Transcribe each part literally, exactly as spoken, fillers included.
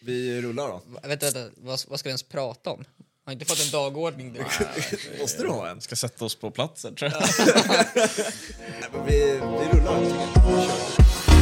Vi rullar då. Va, vänta, vänta. Vad, vad ska vi ens prata om? Har inte fått en dagordning nu. Måste du ha en? Ska sätta oss på platsen, tror jag. Nej, men vi, vi rullar, tycker jag. Vi kör.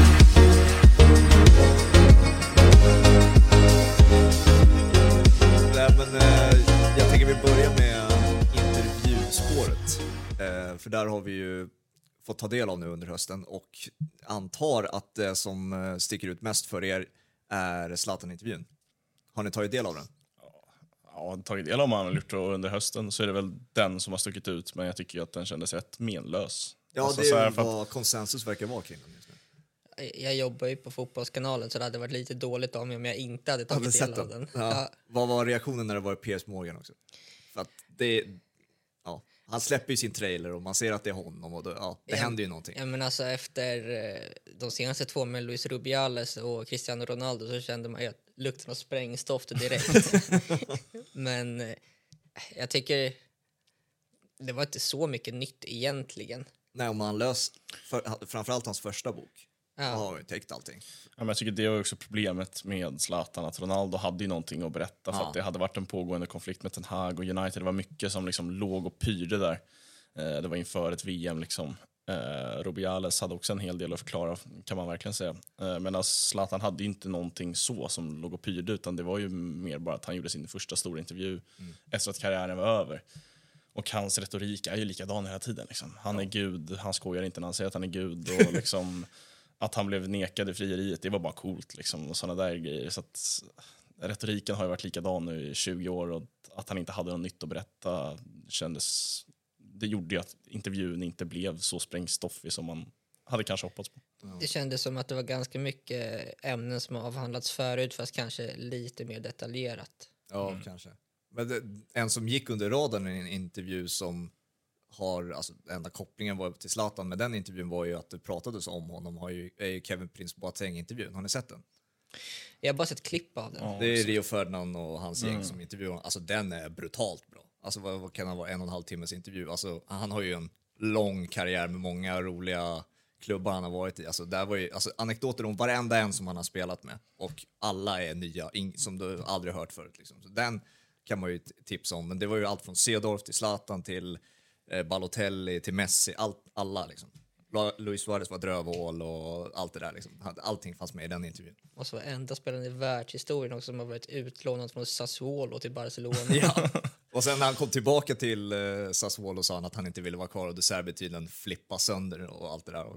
Nej, men, eh, jag tänker vi börjar med intervjuspåret. Eh, för där har vi ju fått ta del av nu under hösten och antar att det som eh, sticker ut mest för er är Zlatan-intervjun. Har ni tagit del av den? Ja, tagit del av vad han har gjort under hösten så är det väl den som har stuckit ut, men jag tycker ju att den kändes rätt menlös. Ja, alltså, det är för vad att... konsensus verkar vara kring den just nu. Jag jobbar ju på Fotbollskanalen så det hade varit lite dåligt av mig om jag inte hade tagit hade del av den. den. Ja. Ja. Vad var reaktionen när det var Piers Morgan också? För att det, ja, han släpper ju sin trailer och man ser att det är honom och då, ja, det ja, händer ju någonting. Ja, men alltså efter de senaste två med Luis Rubiales och Cristiano Ronaldo så kände man ju att lukten av sprängstoff direkt. Men jag tycker det var inte så mycket nytt egentligen. Nej, om man löst för, framförallt hans första bok. Ja. Har ju täckt allting. Ja, men jag tycker det var också problemet med Zlatan, att Ronaldo hade ju någonting att berätta, ja. för att det hade varit en pågående konflikt med Ten Hag och United. Det var mycket som liksom låg och pyrde där. Eh, det var inför ett V M liksom. Eh, Rubiales hade också en hel del att förklara, kan man verkligen säga. Eh, men alltså, Zlatan hade ju inte någonting så som låg och pyrde, utan det var ju mer bara att han gjorde sin första stora intervju mm. efter att karriären var över. Och hans retorik är ju likadan hela tiden. Liksom. Han är gud, han skojar inte när han säger att han är gud. Och liksom, att han blev nekad i frieriet, det var bara coolt. Liksom, och sådana där grejer. Så att, retoriken har ju varit likadan nu i tjugo år. Och att han inte hade något nytt att berätta kändes... Det gjorde ju att intervjun inte blev så sprängstoffig som man hade kanske hoppats på. Det kändes som att det var ganska mycket ämnen som har avhandlats förut, fast kanske lite mer detaljerat. Ja, mm. kanske. Men det, en som gick under radarn i en intervju som har, alltså enda kopplingen var till Zlatan med den intervjun var ju att det pratades om honom, har ju, är ju Kevin Prince Boateng-intervjun. Har ni sett den? Jag har bara sett klipp av den. Ja, det är Rio Ferdinand och hans gäng mm. som intervjuar. Alltså den är brutalt bra. Alltså vad, vad kan han vara, en och en halv timmes intervju? Alltså han har ju en lång karriär med många roliga klubbar han har varit i. Alltså där var ju, alltså anekdoter om varenda en som han har spelat med. Och alla är nya, ing, som du aldrig hört förut liksom. Så den kan man ju tipsa om. Men det var ju allt från Seedorf till Zlatan till eh, Balotelli till Messi. Allt, alla liksom. Luis Suarez var drövål och allt det där liksom. Allting fanns med i den intervjun. Och så var enda spelaren i världshistorien också som har varit utlånad från Sassuolo till Barcelona. Ja. Och sen när han kom tillbaka till eh, Sassuolo sa han att han inte ville vara kvar och De Zerbi tydligen flippa sönder och allt det där. Och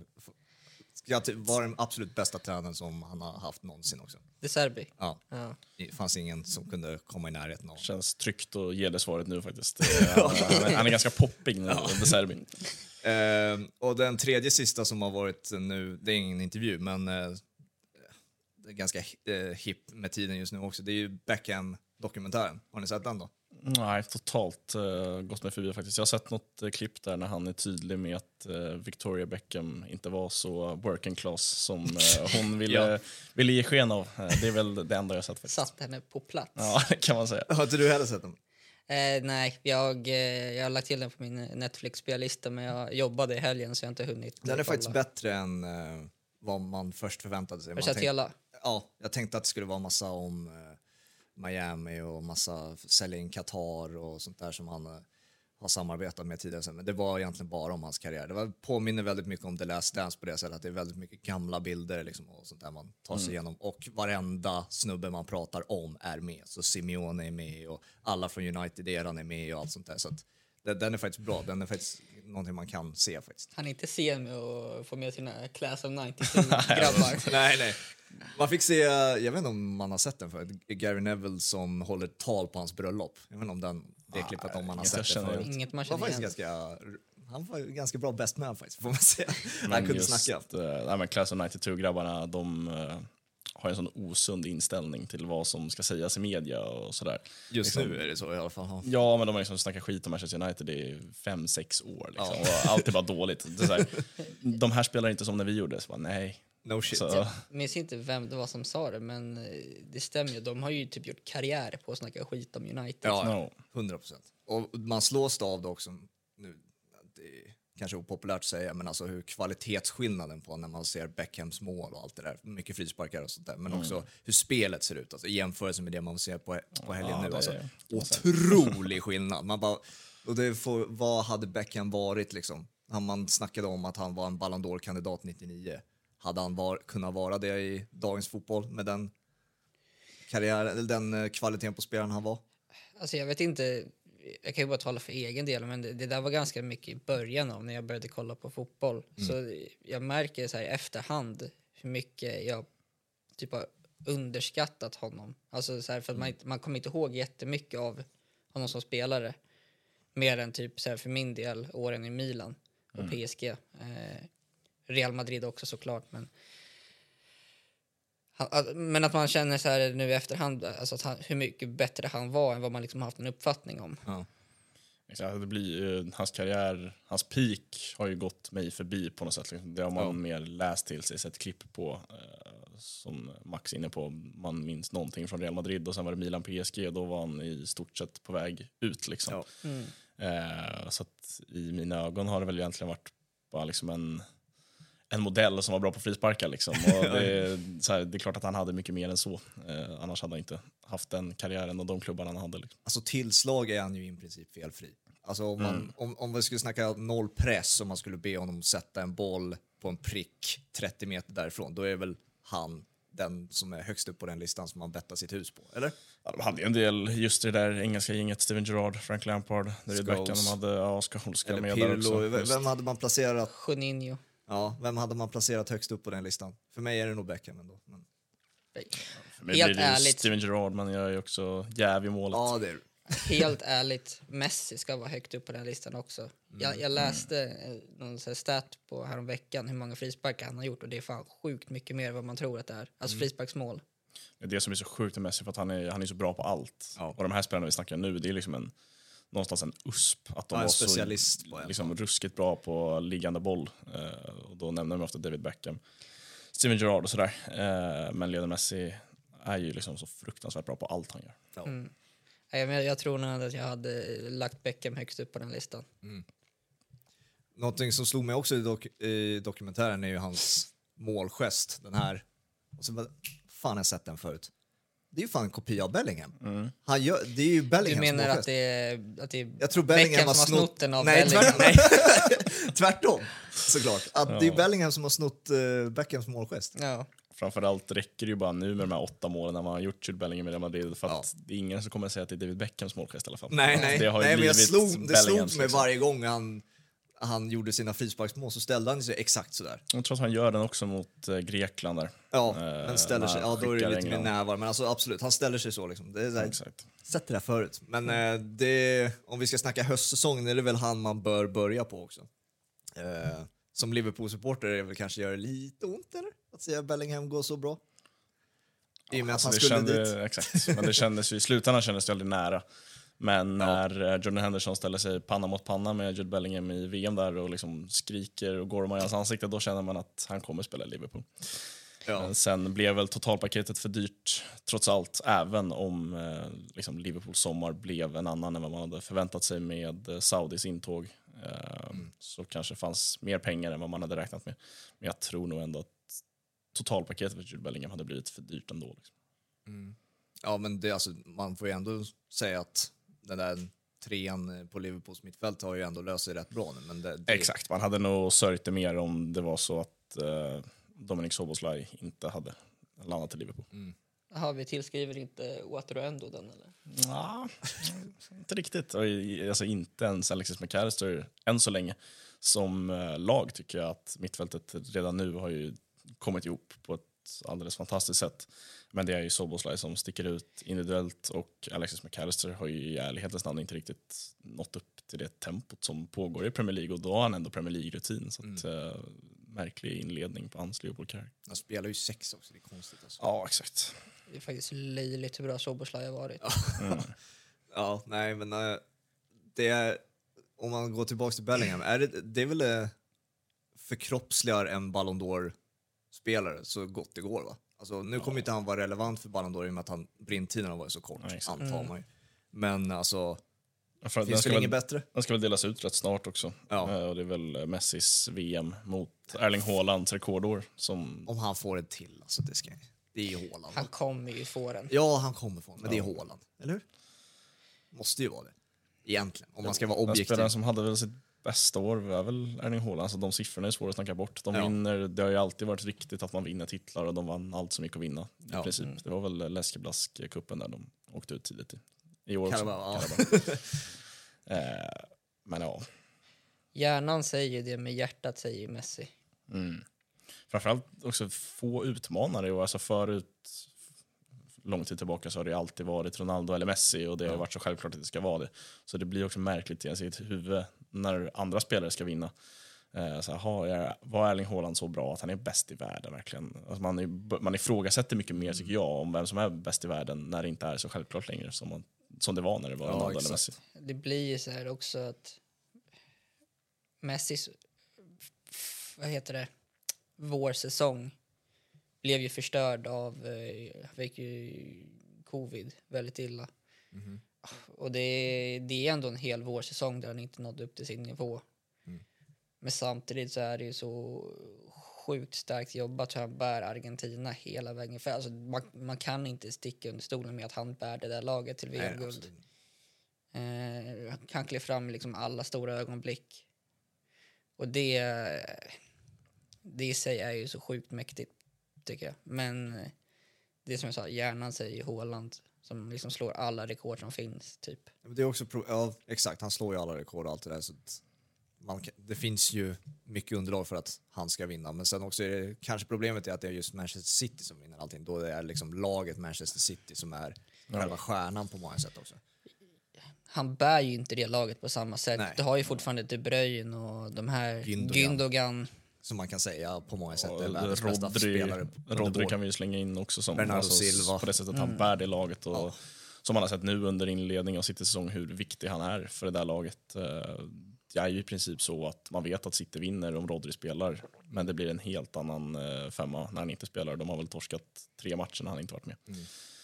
ska vara den absolut bästa tränaren som han har haft någonsin också. De Zerbi? Ja. ja. Det fanns ingen som kunde komma i närheten av. Känns tryggt att ge det svaret nu faktiskt. han, han, är, han är ganska poppig nu, ja. De Zerbi. Eh, och den tredje sista som har varit nu, det är ingen intervju, men eh, det är ganska eh, hip med tiden just nu också. Det är ju Beckham-dokumentären. Har ni sett den då? Nej, totalt uh, gått mig förbi faktiskt. Jag har sett något uh, klipp där när han är tydlig med att uh, Victoria Beckham inte var så working class som uh, hon ville, ja. ville ge sken av. Uh, det är väl det enda jag har sett faktiskt. Satt henne på plats. Ja, det kan man säga. Har inte du heller sett den? Eh, nej, jag, eh, jag har lagt till den på min Netflix-spellista, men jag jobbade i helgen så jag har inte hunnit. Den är faktiskt bättre än eh, vad man först förväntade sig. Har du sett hela? Ja, jag tänkte att det skulle vara massa om eh, Miami och massa sälja in Qatar och sånt där som han eh, har samarbetat med tidigare. Men det var egentligen bara om hans karriär. Det var, påminner väldigt mycket om The Last Dance på det sättet att det är väldigt mycket gamla bilder liksom, och sånt där man tar sig mm. igenom. Och varenda snubbe man pratar om är med. Så Simeone är med och alla från United-eran är med och allt sånt där. Så att det, den är faktiskt bra. Den är faktiskt någonting man kan se faktiskt. Han är inte sen med att få med sina Class of nittiotvå-grabbar. nej, nej. Man fick se, jag vet inte om man har sett den för Gary Neville som håller tal på hans bröllop. Jag vet inte om den, det är klippet om man har sett det förut. Inget man var faktiskt ganska, han var ganska bra best man faktiskt, får man säga. Men han kunde just, snacka. Uh, nej, men Class of nittiotvå-grabbarna, de uh, har en sån osund inställning till vad som ska sägas i media och sådär. Just liksom, nu är det så i alla fall. Ja, men de har liksom snackat skit om Manchester United i fem, sex år. Liksom, ja. Och allt är bara dåligt. Det är så här, de här spelar inte som när vi gjorde. Så bara, nej. No shit. Så. Jag minns inte vem det var som sa det, men det stämmer ju. De har ju typ gjort karriär på att snacka skit om United. Ja, hundra procent. Och man slås av det också nu. Det, kanske opopulärt att säga, men alltså hur kvalitetsskillnaden på när man ser Beckhams mål och allt det där, mycket frisparkar och sånt där, men mm. också hur spelet ser ut, alltså i jämförelse med det man ser på, på helgen ja, nu, alltså är... otrolig skillnad. Man bara, och det får, vad hade Beckham varit liksom? Man snackade om att han var en Ballon d'Or-kandidat nittionio. Hade han var, kunnat vara det i dagens fotboll med den karriär, eller den kvaliteten på spelaren han var? Alltså jag vet inte, jag kan ju bara tala för egen del, men det, det där var ganska mycket i början av när jag började kolla på fotboll. Mm. Så jag märker så här i efterhand hur mycket jag typ har underskattat honom. Alltså så här, för att man, man kommer inte ihåg jättemycket av honom som spelare. Mer än typ så här för min del åren i Milan och mm. P S G. Eh, Real Madrid också såklart, men han, men att man känner så här nu i efterhand, alltså att han, hur mycket bättre han var än vad man liksom haft en uppfattning om. Ja. Exakt, det blir eh, hans karriär, hans peak har ju gått mig förbi på något sätt. Det har man ja. mer läst till sig, sett klipp på eh, som Max inne på. Man minns någonting från Real Madrid och sen var det Milan P S G, då var han i stort sett på väg ut liksom. Ja. Mm. Eh, så att i mina ögon har det väl egentligen varit bara liksom en en modell som var bra på frisparkar liksom. Och det, så här, det är klart att han hade mycket mer än så. Eh, annars hade han inte haft den karriären och de klubbarna han hade. Liksom. Alltså tillslag är han ju i princip felfri. Alltså om, man, mm. om, om vi skulle snacka noll press, om man skulle be honom sätta en boll på en prick trettio meter därifrån, då är väl han den som är högst upp på den listan som man bettar sitt hus på, eller? Ja, de hade ju en del, just det där engelska gänget, Steven Gerrard, Frank Lampard, David Beckham, de hade, ja, Scholes ska med där också. Vem hade man placerat? Juninho. Ja, vem hade man placerat högst upp på den listan? För mig är det nog Beckham ändå. Men... Ja, för mig helt blir det ärligt. Steven Gerrard, men jag är också jäv i målet. Ja, det är helt ärligt, Messi ska vara högt upp på den listan också. Mm. Jag, jag läste mm. någon sån här stat på häromveckan hur många frisparkar han har gjort, och det är fan sjukt mycket mer än vad man tror att det är. Alltså mm. frisparksmål. Det är det som är så sjukt med Messi, för att han är, han är så bra på allt. Ja. Och de här spelarna vi snackar nu, det är liksom en någonstans en usp att de ja, var specialist så på en. Liksom, ruskigt bra på liggande boll. Uh, och då nämner man ofta David Beckham, Steven Gerrard och sådär. Uh, men Lionel Messi är ju liksom så fruktansvärt bra på allt han gör. Ja. Mm. Jag, jag tror nog att jag hade lagt Beckham högst upp på den listan. Mm. Någonting som slog mig också i, dok- i dokumentären är ju hans målgest. Den här. Och så bara, fan har jag sett den förut. Det är ju fan en kopia av Bellingham. Mm. Han gör, det är ju Bellingham. Du menar att det, är, att det är jag tror Bellingham Beckham har som har snott den av nej, Bellingham? Tvärtom. Tvärtom, såklart. Att ja. Det är Bellingham som har snott uh, Beckhams målgest. Ja. Framförallt räcker det ju bara nu med de här åtta målen när man har gjort Jude Bellingham i Real Madrid, för att ja. det är ingen som kommer att säga att det är David Beckhams målgest i alla fall. Nej, nej. Det har ju nej men jag slog, det slog mig liksom. varje gång han, han gjorde sina frisparksmål, så ställde han sig exakt sådär. Jag tror att han gör den också mot eh, Grekland där. Ja, eh, men ställer sig, ja då är det lite mer närvaro, men alltså absolut, han ställer sig så liksom. Det är såhär, exakt. Sett det där förut. Men eh, det, om vi ska snacka höstsäsongen är det väl han man bör börja på också. Eh, som Liverpool-supporter är det väl kanske gör det lite ont, eller? Att säga Bellingham går så bra. I och med alltså att han skulle kände, dit. Exakt, men det kändes ju, i slutändan kändes det aldrig nära. Men när ja. Jordan Henderson ställer sig panna mot panna med Jude Bellingham i V M där och liksom skriker och gormar i hans ansikte, då känner man att han kommer spela i Liverpool. Ja. Men sen blev väl totalpaketet för dyrt trots allt, även om eh, liksom Liverpools sommar blev en annan än vad man hade förväntat sig med eh, Saudis intåg. Eh, mm. Så kanske fanns mer pengar än vad man hade räknat med. Men jag tror nog ändå att totalpaketet för Jude Bellingham hade blivit för dyrt ändå. Liksom. Mm. Ja, men det, alltså, man får ju ändå säga att den där trean på Liverpools mittfält har ju ändå löst sig rätt bra nu. Men det, det... Exakt, man hade nog sörjt det mer om det var så att eh, Dominic Szoboszlai inte hade landat i Liverpool. Mm. Har vi tillskriver inte Waterloo den eller? Ja, inte riktigt. Och, alltså, inte ens Alexis McAllister än så länge. Som eh, lag tycker jag att mittfältet redan nu har ju kommit ihop på ett alldeles fantastiskt sätt. Men det är ju Szoboszlai som sticker ut individuellt, och Alexis McAllister har ju i ärlighetens namn inte riktigt nått upp till det tempot som pågår i Premier League, och då har han ändå Premier League-rutin. Så att, mm. eh, märklig inledning på hans Liverpool-karriär. Han spelar ju sex också, det är konstigt. Alltså. Ja, exakt. Det är faktiskt löjligt hur bra Szoboszlai har varit. Mm. Ja, nej, men uh, det är, om man går tillbaka till Bellingham, är det, det är väl uh, förkroppsligar en Ballon d'Or-spelare så gott det går, va? Alltså, nu kommer ja. inte han vara relevant för Ballon d'Or i och med att han, brintiden har varit så kort, ja, antar man ju. Men alltså, För Finns det väl, inget bättre? Den ska väl delas ut rätt snart också. Ja. Eh, och det är väl Messis V M mot Erling Haalands rekordår. Som... Om han får ett till, alltså det ska det är ju Haaland. Han kommer ju få den. Ja, han kommer få den, men Ja. det är Haaland, eller hur? Måste ju vara det. Egentligen, om man ska vara Den objektiv. spelaren som hade väl sitt bästa år var väl Erling Haaland. Alltså de siffrorna är svåra att snacka bort. De Ja. vinner, det har ju alltid varit riktigt att man vinner titlar och de vann allt som gick att vinna. I Ja. princip. Mm. Det var väl Läskeblask-cupen där de åkte ut tidigt i, i år Carabao, också. ja. Carabao. eh, men ja. Hjärnan säger det, med hjärtat säger Messi. Mm. Framförallt också få utmanare. Och alltså förut, lång tid tillbaka, så har det alltid varit Ronaldo eller Messi och det har Ja. varit så självklart att det ska vara det. Så det blir också märkligt i ens eget huvud när andra spelare ska vinna. Eh, så här, ha, är, var Erling Haaland så bra att han är bäst i världen verkligen? Alltså man, är, man ifrågasätter mycket mer tycker jag om vem som är bäst i världen när det inte är så självklart längre som, man, som det var när det var Ja, Ronaldo eller exakt. Messi. Det blir ju så här också att Messis, vad heter det, vår säsong blev ju förstörd av, eh, han fick ju covid väldigt illa. Mhm. Och det, det är ändå en hel vårsäsong där han inte nådde upp till sin nivå. Mm. Men samtidigt så är det ju så sjukt starkt jobbat hur han bär Argentina hela vägen. För alltså, man, man kan inte sticka under stolen med att han bär det där laget till Nej, V M-guld. absolut. Eh, han kan klä fram liksom alla stora ögonblick. Och det, det i sig är ju så sjukt mäktigt, tycker jag. Men eh, det som jag sa, hjärnan säger Haaland som liksom slår alla rekord som finns, typ. Men det är också pro- ja, exakt, han slår ju alla rekord och allt det där. Så att man kan, det finns ju mycket underlag för att han ska vinna. Men sen också är det kanske problemet är att det är just Manchester City som vinner allting. Då det är liksom laget Manchester City som är själva stjärnan på många sätt också. Han bär ju inte det laget på samma sätt. Nej. Du har ju fortfarande De Bruyne och de här Gündogan. Gündogan. Som man kan säga på många sätt Och är världens bästa Rodri, spelare. under Rodri vår- kan vi ju slänga in också som Bernardo alltså, Silva. på det sättet att Mm. han bär det laget och Ja. som man har sett nu under inledningen av Citys säsong hur viktig han är för det där laget. Eh, Det är ju i princip så att man vet att City vinner om Rodri spelar, men det blir en helt annan eh, femma när han inte spelar. De har väl torskat tre matcher när han inte varit med. Mm.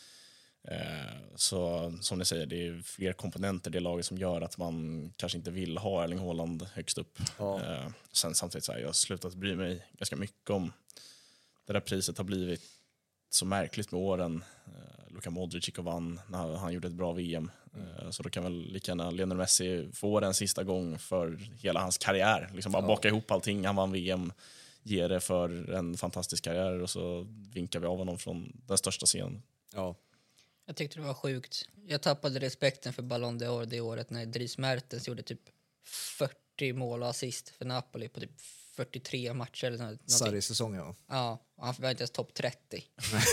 Eh, så som ni säger, det är fler komponenter i det laget som gör att man kanske inte vill ha Erling Haaland högst upp. Ja. Eh, sen samtidigt så här, jag har slutat bry mig ganska mycket om det där priset har blivit så märkligt med åren. Eh, Luka Modric gick och vann när han gjorde ett bra V M. Eh, så då kan väl lika gärna Lionel Messi få den sista gång för hela hans karriär. Liksom bara Ja. baka ihop allting. Han vann V M, ger det för en fantastisk karriär och så vinkar vi av honom från den största scenen. Ja. Jag tyckte det var sjukt. Jag tappade respekten för Ballon d'Or det året när Dries Mertens gjorde typ fyrtio mål och assist för Napoli på typ fyrtiotre matcher eller någonting. Sarri-säsongen, ja. Ja, och han var inte ens topp trettio.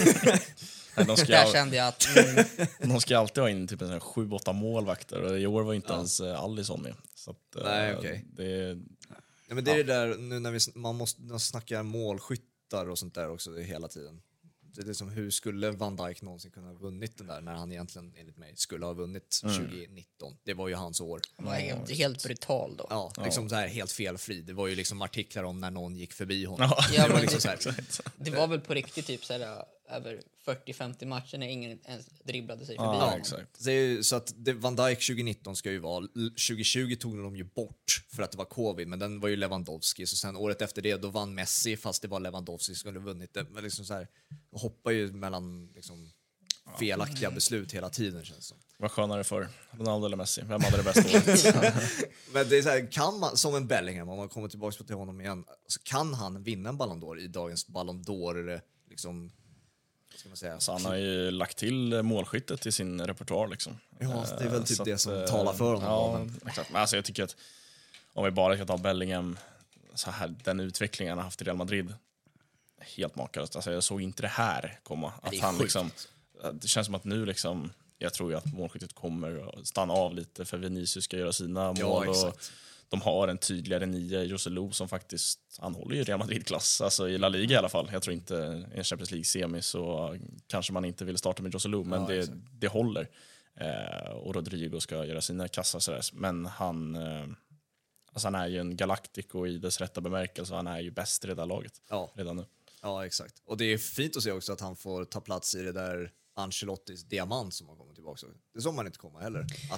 De ska, Där all, kände jag att mm, de ska alltid ha in typ en sju åtta målvakter och i år var inte Ja. ens eh, Alisson med. Så att, eh, Nej, okej. det, Ja, men det är det där nu när vi sn- man måste man snackar målskyttar och sånt där också det är hela tiden. Det är liksom, hur skulle Van Dijk någonsin kunna ha vunnit den där när han egentligen enligt mig skulle ha vunnit Mm. tjugonitton. Det var ju hans år. han var helt, helt brutal då. Ja, liksom så här helt felfri. Det var ju liksom artiklar om när någon gick förbi honom. ja, Ja, det var men liksom det- så här, Det var väl på riktigt typ så här, över fyrtio femtio matcher när ingen ens dribblade sig förbi ja, honom. exakt. det är ju, så att det, Van Dijk tjugonitton ska ju vara, tjugo tjugo tog de ju bort för att det var covid, men den var ju Lewandowski, så sen året efter det då vann Messi fast det var Lewandowski som skulle ha vunnit det. Men liksom så här, hoppar ju mellan liksom felaktiga beslut hela tiden känns det som. Vad skönare för Ronaldo eller Messi? Vem hade det bästa året? Men det är så här, kan man, som en Bellingham, om man kommer tillbaka till honom igen, så kan han vinna en Ballon d'Or i dagens Ballon d'Or, liksom, vad ska man säga? Så han har ju lagt till målskyttet i sin repertoar. Liksom. Ja, det är väl typ Så det att, som eh, talar för honom. Ja, Men- exakt. Men alltså, jag tycker att om vi bara ska ta Bellingham, så här, den utvecklingen han har haft i Real Madrid, helt makalöst. Alltså, jag såg inte det här komma. Att Det är han sjukt. liksom, det känns som att nu liksom, jag tror ju att målskyttet kommer att stanna av lite för Vinicius ska göra sina Ja, mål. Och exakt. de har en tydligare nia, Joselu, som faktiskt, han håller ju Real Madrid-klass, alltså i La Liga i alla fall. Jag tror inte i en Champions League-semi så kanske man inte vill starta med Joselu, men Ja, det, exakt. det håller. Eh, och Rodrigo ska göra sina kassar sådär. Men han, eh, alltså han är ju en galaktico i dess rätta bemärkelse, han är ju bäst i det där laget Ja. redan nu. Ja, exakt. Och det är fint att se också att han får ta plats i det där Ancelottis diamant som har kommit tillbaka. Det såg man inte komma heller. Att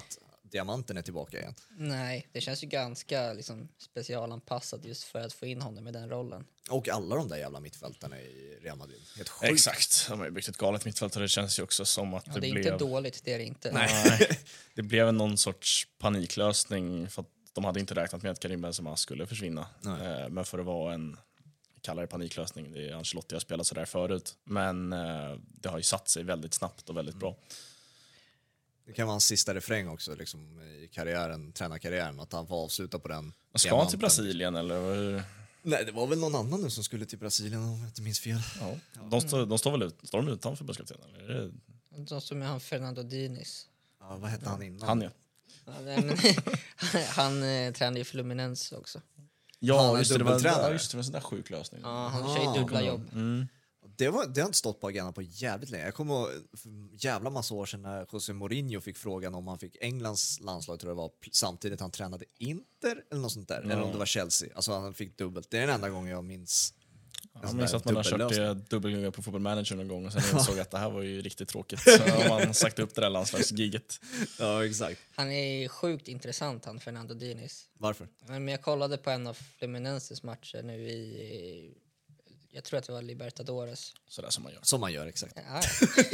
diamanten är tillbaka igen. Nej, det känns ju ganska liksom, specialanpassat just för att få in honom i den rollen. Och alla de där jävla mittfältarna i Real Madrid. Helt sjukt. Exakt, de har ju byggt ett galet mittfält och det känns ju också som att Ja, det, det är blev... inte dåligt, det är det inte. Nej. Det blev någon sorts paniklösning för att de hade inte räknat med att Karim Benzema skulle försvinna. Nej. Men för att vara en kallare paniklösning, det är Ancelotti har spelat så där förut. Men det har ju satt sig väldigt snabbt och väldigt bra. Det kan vara en sista refräng också liksom, i karriären, tränarkarriären, att han får avsluta på den. Ska han till Brasilien eller? Nej, det var väl någon annan nu som skulle till Brasilien om jag inte minns fel. Ja. De, står, de står väl ut, står de utanför Brasilien? Eller? De som är han Fernando Diniz. Ja, vad hette han innan? Han ja. Ja, nej, men, han eh, tränar ju Fluminense också. Ja, Han är just det, det var, dubbeltränare. ja, just det, det var en sån där sjuk lösning. Ja, han Ah, kör ju dubbla kommer jobb. Mm. Det, var, det har inte stått på agendan på jävligt länge. Jag kommer ihåg för en jävla massa år sedan när José Mourinho fick frågan om han fick Englands landslag, tror jag det var, samtidigt han tränade Inter eller något sånt där. Ja. Eller om det var Chelsea. Alltså han fick dubbelt. Det är den enda gången jag minns. Jag minns att man har kört dubbellösning. det dubbelgångar på Football Manager någon gång och sen insåg att det här var ju riktigt tråkigt. Så har man sagt upp det där landslagsgiget. Ja, exakt. Han är sjukt intressant, han Fernando Diniz. Varför? Men jag kollade på en av Fluminenses matcher nu i, jag tror att det var Libertadores. Sådär som man gör. Som man gör, exakt. Ja.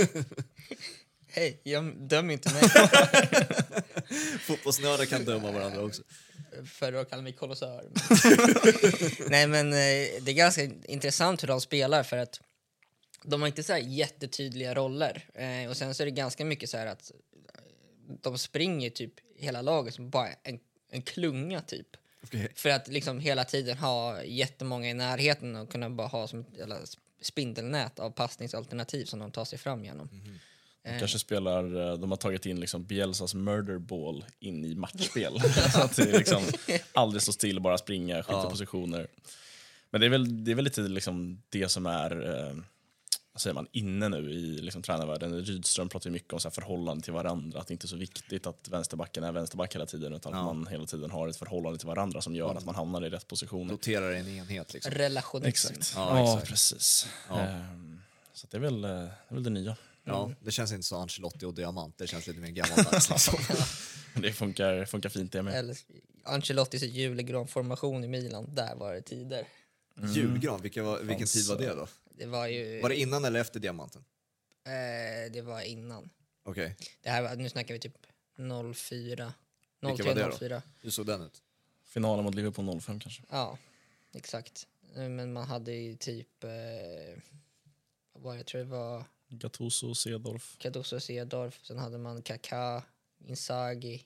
Hej, jag döm inte mig Fotbollsnördar kan döma varandra också. för att kalla mig kolossör. Nej, men eh, det är ganska intressant hur de spelar för att de har inte så här jättetydliga roller. Eh, och sen så är det ganska mycket så här att de springer typ hela laget som bara en, en klunga typ. Okay. För att liksom hela tiden ha jättemånga i närheten och kunna bara ha som ett jävla spindelnät av passningsalternativ som de tar sig fram genom. Mm. De kanske spelar, de har tagit in liksom Bielsas murder ball in i matchspel. Så att det liksom aldrig står still, bara springa, skjuta Ja. positioner. Men det är väl, det är väl lite liksom det som är eh, vad säger man, inne nu i liksom tränarvärlden. Rydström pratar ju mycket om så här förhållande till varandra. Att det inte är så viktigt att vänsterbacken är vänsterback hela tiden, utan Ja. att man hela tiden har ett förhållande till varandra som gör att man hamnar i rätt positioner. Noterar en enhet liksom. Relationism. Exakt. Ja, Ja, exakt. precis. Ja. Ehm, så det är, väl, det är väl det nya. Ja, det känns inte så Ancelotti och Diamant. Det känns lite mer gammaldags liksom. Det funkar, funkar fint det med. Eller Ancelottis julgranformation i Milan, där var det tider. Julgran, vilka var, vilken Fanns, tid var det då? Det var ju... Var det innan eller efter Diamanten? Eh, det var innan. Okej, Det här var, nu snackar vi typ noll fyra. Vilka var noll tre det då? noll fyra. hur såg den ut? Finalen mot Liverpool noll fem kanske. Ja, exakt. Eh, Men man hade ju typ... Eh, vad var det? Jag tror det var Gattuso, Cedorf. Cardoso, Cedorf. Sen hade man Kaká, Inzaghi.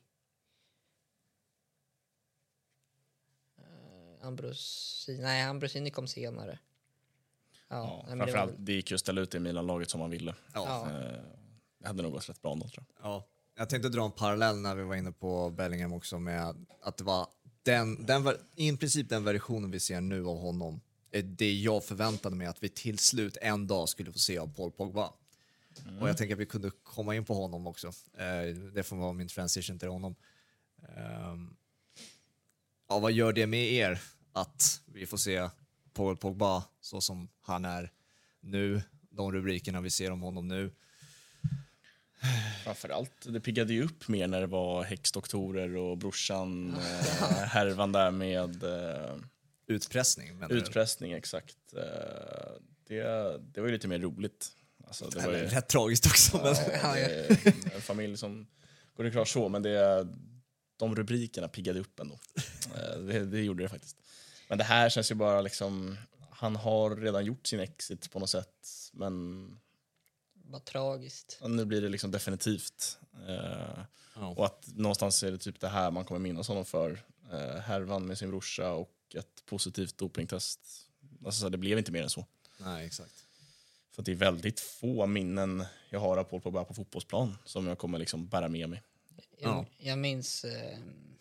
Eh, Ambrosini. Nej, Ambrosini kom senare. Ja, Ja, nej, men det var framförallt väl- det gick ju att ställa ut det i Milan-laget som man ville. Ja. Ja. Eh, det hade nog gått rätt bra ändå, tror jag. Ja. Jag tänkte dra en parallell när vi var inne på Bellingham också med att det var den, den, ver- i princip den versionen vi ser nu av honom är det jag förväntade mig att vi till slut en dag skulle få se av Paul Pogba. Och jag tänker att vi kunde komma in på honom också. Eh, det får vara min transition till honom. Ehm, ja, vad gör det med er att vi får se Paul Pogba så som han är nu? De rubrikerna vi ser om honom nu. Framförallt, det piggade ju upp mer när det var häxdoktorer och brorsan eh, härvan där med eh, Utpressning. menar du? utpressning, exakt. Eh, det, det var ju lite mer roligt. Alltså, det var Eller ju, rätt tragiskt också. Men... ja, det är en familj som går det klart så, men det, de rubrikerna piggade upp ändå. Eh, det, det gjorde det faktiskt. Men det här känns ju bara liksom, han har redan gjort sin exit på något sätt, men Vad tragiskt. nu blir det liksom definitivt. Eh, Ja. och att någonstans är det typ det här man kommer minnas honom för. Eh, härvan med sin brorsa och ett positivt dopingtest. Alltså, det blev inte mer än så. Nej, exakt. För det är väldigt få minnen jag har av Paul Pogba på fotbollsplan som jag kommer liksom bära med mig. Jag, Ja. jag minns... Eh,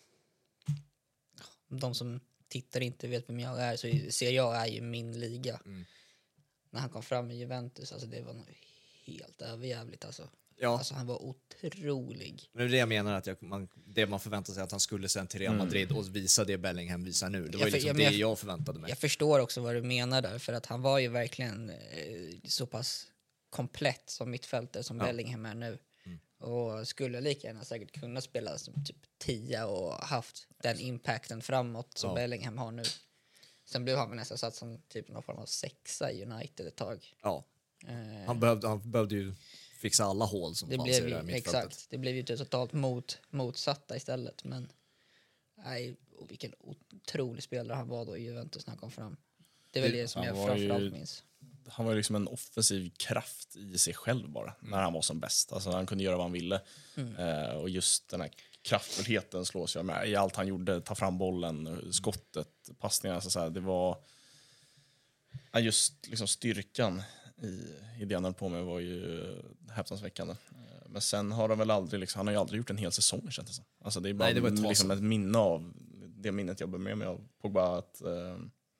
de som tittar inte vet vem jag är, så ser jag är ju min liga. Mm. När han kom fram i Juventus, alltså det var nog helt överjävligt. Alltså. Ja, Alltså, han var otrolig. men det är det jag menar, att jag, man, det man förväntar sig att han skulle sen till Real Madrid och visa det Bellingham visar nu. Det var Jag ju för- liksom ja, det men jag, jag- förväntade mig. Jag förstår också vad du menar där, för att han var ju verkligen eh, så pass komplett som mittfältare som Ja. Bellingham är nu. Mm. Och skulle lika gärna säkert kunna spela som typ tio och haft den impacten framåt som Ja. Bellingham har nu. Sen blev han väl nästan satt som typ någon form av sexa i United ett tag. Ja. Eh, Han, behövde, han behövde ju fixa alla hål som det fanns blev i det där ju, mittfältet. exakt, det blev ju totalt mot, motsatta istället. Men nej, och vilken otrolig spelare han var då i Juventus när han kom fram. Det är väl Det- det som han jag var framförallt ju- minns. Han var ju liksom en offensiv kraft i sig själv bara, Mm. när han var som bäst. Alltså han kunde göra vad han ville. Mm. Eh, och just den här kraftfullheten slås jag med i allt han gjorde. Ta fram bollen, skottet, passningar. Alltså så här, det var... Ja, just liksom styrkan i, i det han höll på med var ju häpnadsväckande. Eh, Men sen har han väl aldrig, liksom, han har ju aldrig gjort en hel säsong, känns det som. Alltså det är bara Nej, det var ett tag liksom sedan. ett minne av det minnet jag bär med mig av Pogba, att eh,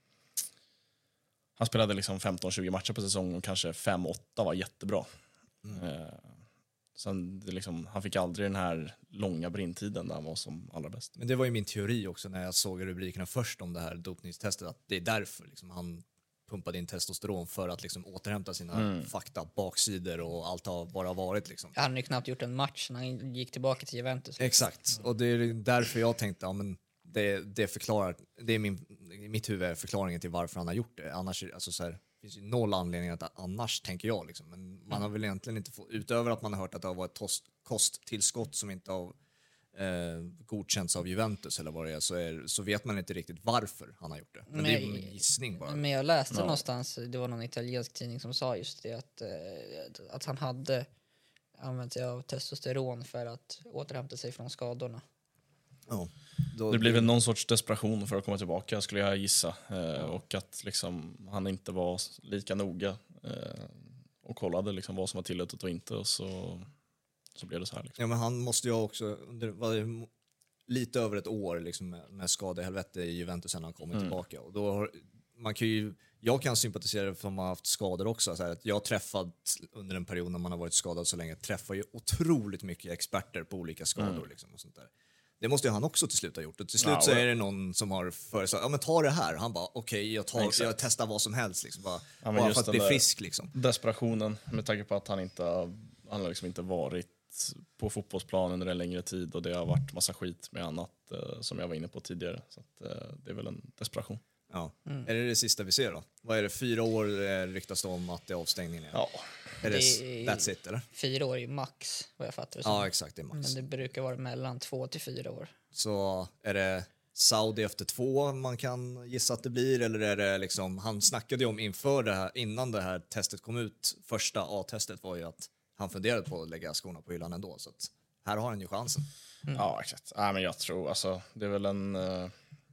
han spelade liksom femton tjugo matcher på säsongen och kanske fem åtta var jättebra. Mm. Eh, sen det liksom, han fick aldrig den här långa brintiden där han var som allra bäst. Men det var ju min teori också när jag såg rubrikerna först om det här dopningstestet, att det är därför liksom, han pumpade in testosteron för att liksom, återhämta sina Mm. fakta, baksidor och allt har bara varit. Liksom. Han hade ju knappt gjort en match när han gick tillbaka till Juventus. Exakt, och det är därför jag tänkte, ja, men det, det förklarar, det är min, i mitt huvud är förklaringen till varför han har gjort det. Annars, alltså så här, det finns ju noll anledning att annars, tänker jag. Liksom. Men man har väl egentligen inte fått, utöver att man har hört att det har varit tost, kosttillskott som inte har eh, godkänts av Juventus eller vad det är, så, är, så vet man inte riktigt varför han har gjort det. Men, Men- det är min gissning bara. Men jag läste Ja. någonstans, det var någon italiensk tidning som sa just det, att, eh, att han hade använt sig av testosteron för att återhämta sig från skadorna. Ja. Då, Det blev väl någon sorts desperation för att komma tillbaka, skulle jag gissa. Eh, och att liksom, han inte var lika noga eh, och kollade liksom vad som var tillåtet och inte. Och så, så blev det så här. Liksom. Ja, men han måste ju också under vad är det, lite över ett år liksom, med, med skadehelvete i Juventus när han kommer Mm. tillbaka. Och då har, man kan ju, jag kan sympatisera för att man har haft skador också. Så här, att jag har träffat under en period när man har varit skadad så länge, träffar ju otroligt mycket experter på olika skador. Mm. Liksom, och sånt där. Det måste ju han också till slut ha gjort. Och till slut Ja, så och- är det någon som har föreslagit, ja men ta det här. Han bara, okej, okay, jag, tar- Exakt. jag testar vad som helst. Liksom, bara men bara just för att den bli där- frisk. Liksom. Desperationen, med tanke på att han inte har, han har liksom inte varit på fotbollsplanen under en längre tid och det har varit massa skit med annat eh, som jag var inne på tidigare. Så att, eh, det är väl en desperation. Ja. Mm. Är det det sista vi ser då? Vad är det, fyra år eh, ryktas det om att det är avstängningen? Ja, Är det, Det- that's it, eller? Fyra år är ju max, vad jag fattar det som. Ja, exakt, det är max. Men det brukar vara mellan två till fyra år. Så är det Saudi efter två man kan gissa att det blir, eller är det liksom, han snackade ju om inför det här, innan det här testet kom ut, första A-testet var ju att han funderade på att lägga skorna på hyllan ändå, så att här har han ju chansen. ja exakt. Ja, men jag tror, alltså, det är väl en, eh,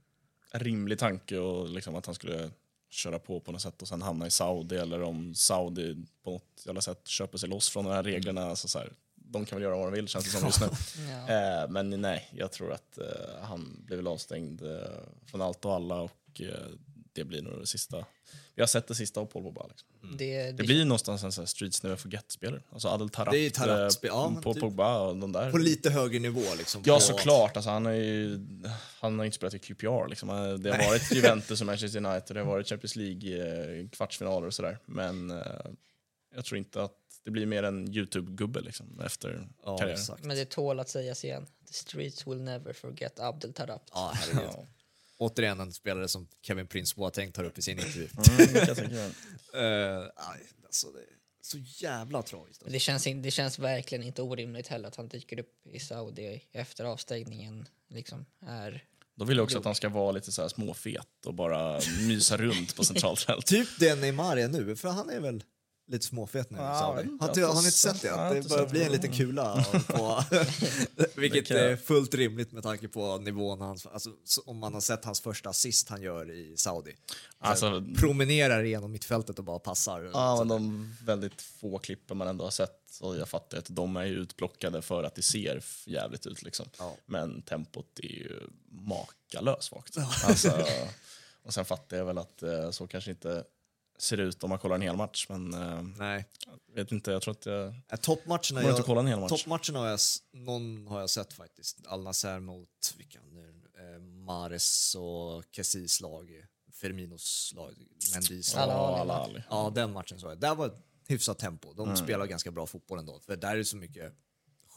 en rimlig tanke och liksom att han skulle köra på på något sätt och sen hamna i Saudi, eller om Saudi på något jävla sätt köper sig loss från de här reglerna. Alltså, så här, de kan väl göra vad de vill, känns det som just nu. Ja. Eh, men nej, jag tror att eh, han blir väl avstängd eh, från allt och alla och eh, det blir nog det sista. Vi har sett det sista av Paul Pogba. Liksom. Det, Det det, blir någonstans en sån här Streets Never Forget-spelare. Alltså Adel Taarabt, Det är Taarabt, eh, ja, men Paul typ. Pogba och de där. På lite högre nivå liksom. Ja, på- såklart. Alltså, han, har ju, han har inte spelat i Q P R. Liksom. Det har varit Juventus och Manchester United, det har varit Champions League-kvartsfinaler och sådär. Men eh, jag tror inte att det blir mer en YouTube-gubbe liksom, efter Ja, karriären. exakt. men det tål att sägas igen. The streets will never forget Abdel Taarabt. Ja, herregud. Ja. Återigen en spelare som Kevin Prince Boateng tar upp i sin intervju. Mm, det kan jag tänka mig. Uh, aj, alltså, det är så jävla tragiskt. Alltså. Det känns, in, det känns verkligen inte orimligt heller att han dyker upp i Saudi efter avstängningen. Liksom är... Då vill jag också att han ska vara lite så här småfet och bara mysa runt på centralt fält. Typ det Neymar är nu, för han är väl lite småfet nu. Ja, Ja, jag vet inte. har, inte, Jag har har ni inte inte sett sett- det? jag har Att det inte börjar sett bli en det. liten kula på, vilket Det kan jag- är fullt rimligt med tanke på nivån hans, alltså, så- om man har sett hans första assist han gör i Saudi. Alltså, Alltså, promenerar igenom mittfältet och bara passar. ja, Så- men de väldigt få klippen man ändå har sett, och jag fattar att de är ju utplockade för att det ser f- jävligt ut. Liksom. Ja. Men tempot är ju makalöst svagt. Alltså, och sen fattar jag väl att eh, så kanske inte ser ut om man kollar en hel match, men eh, Nej. jag vet inte, jag tror att jag Äh, Toppmatcherna, kommer inte jag, kolla en hel match. toppmatcherna har jag, s- någon har jag sett faktiskt. Al Nassr mot vilka nu? Eh, Mares och Kessis lag, Firminos lag, Mendis lag. Alla- Ja, alla, alla. Ja, den matchen så jag. Där var ett hyfsat tempo. De Mm. spelar ganska bra fotboll ändå. För där är det så mycket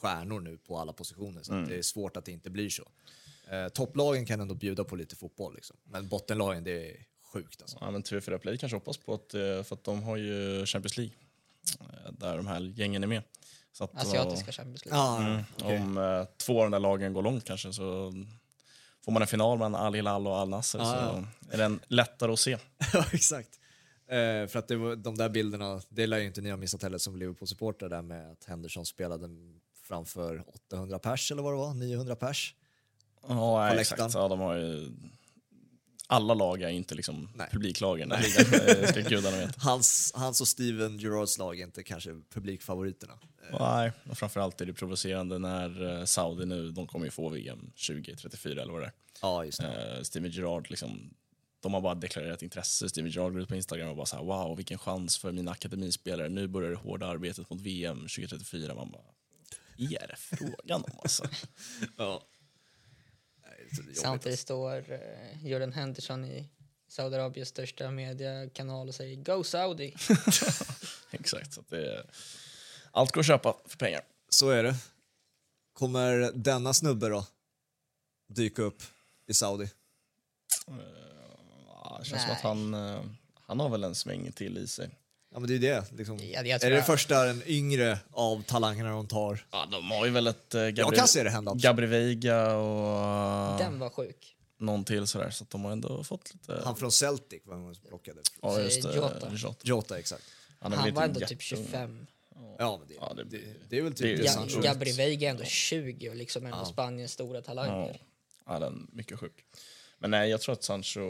stjärnor nu på alla positioner. Så mm. det är svårt att det inte blir så. Eh, topplagen kan ändå bjuda på lite fotboll. Liksom. Men bottenlagen, det är sjukt. Alltså. Ja, men T V fyra Play kanske hoppas på att, för att de har ju Champions League. Där de här gängen är med. Så att, asiatiska Champions League. Ah, mm, okay. Om uh, två av de där lagen går långt kanske så får man en final mellan Al Hilal och Al Nassr ah, så ja. är den lättare att se. Ja, exakt. Eh, för att det var, de där bilderna, det lär ju inte ni ha missat heller som Liverpool-supporter där med att Henderson spelade framför åttahundra pers eller vad det var, niohundra pers. Ja, exakt. Ja, de har ju... Alla lag är inte liksom publiklagen. Nej. Ska gudarna veta. Hans, hans och Steven Gerrards lag är inte kanske publikfavoriterna. Nej, och framförallt är det provocerande när Saudi nu, de kommer ju få V M tjugo trettiofyra eller vad det är. Ja, just det. Uh, Steven Gerrard liksom, de har bara deklarerat intresse. Steven Gerrard går ut på Instagram och bara så här: wow, vilken chans för mina akademispelare. Nu börjar det hårda arbetet mot V M tjugo trettiofyra. Man bara, är det frågan om alltså? Ja. Samtidigt står uh, Jordan Henderson i Saudiarabiens största mediekanal och säger Go Saudi. Exakt, så att det är... allt går att köpa för pengar. Så är det. Kommer denna snubbe då dyka upp i Saudi? Uh, det känns Nej. som att han, uh, han har väl en sväng till i sig. Ja, men det är det. Liksom. Ja, är det jag... första den yngre av talangerna de tar? Ja, de har ju väl ett uh, Gabri... jag kan se det hända. Gabri Veiga och... Uh, den var sjuk. Någon till sådär, så att de har ändå fått lite... Han från Celtic var man plockade. Ja, just det. Jota. Jota. Jota, exakt. Han, han var ändå typ tjugofem. Ja, men det, ja, det, det, det är väl typ det är ja, Gabri Veiga är ändå tjugo och liksom en av ja. Spaniens stora talanger. Ja, ja, den är mycket sjuk. Men nej, jag tror att Sancho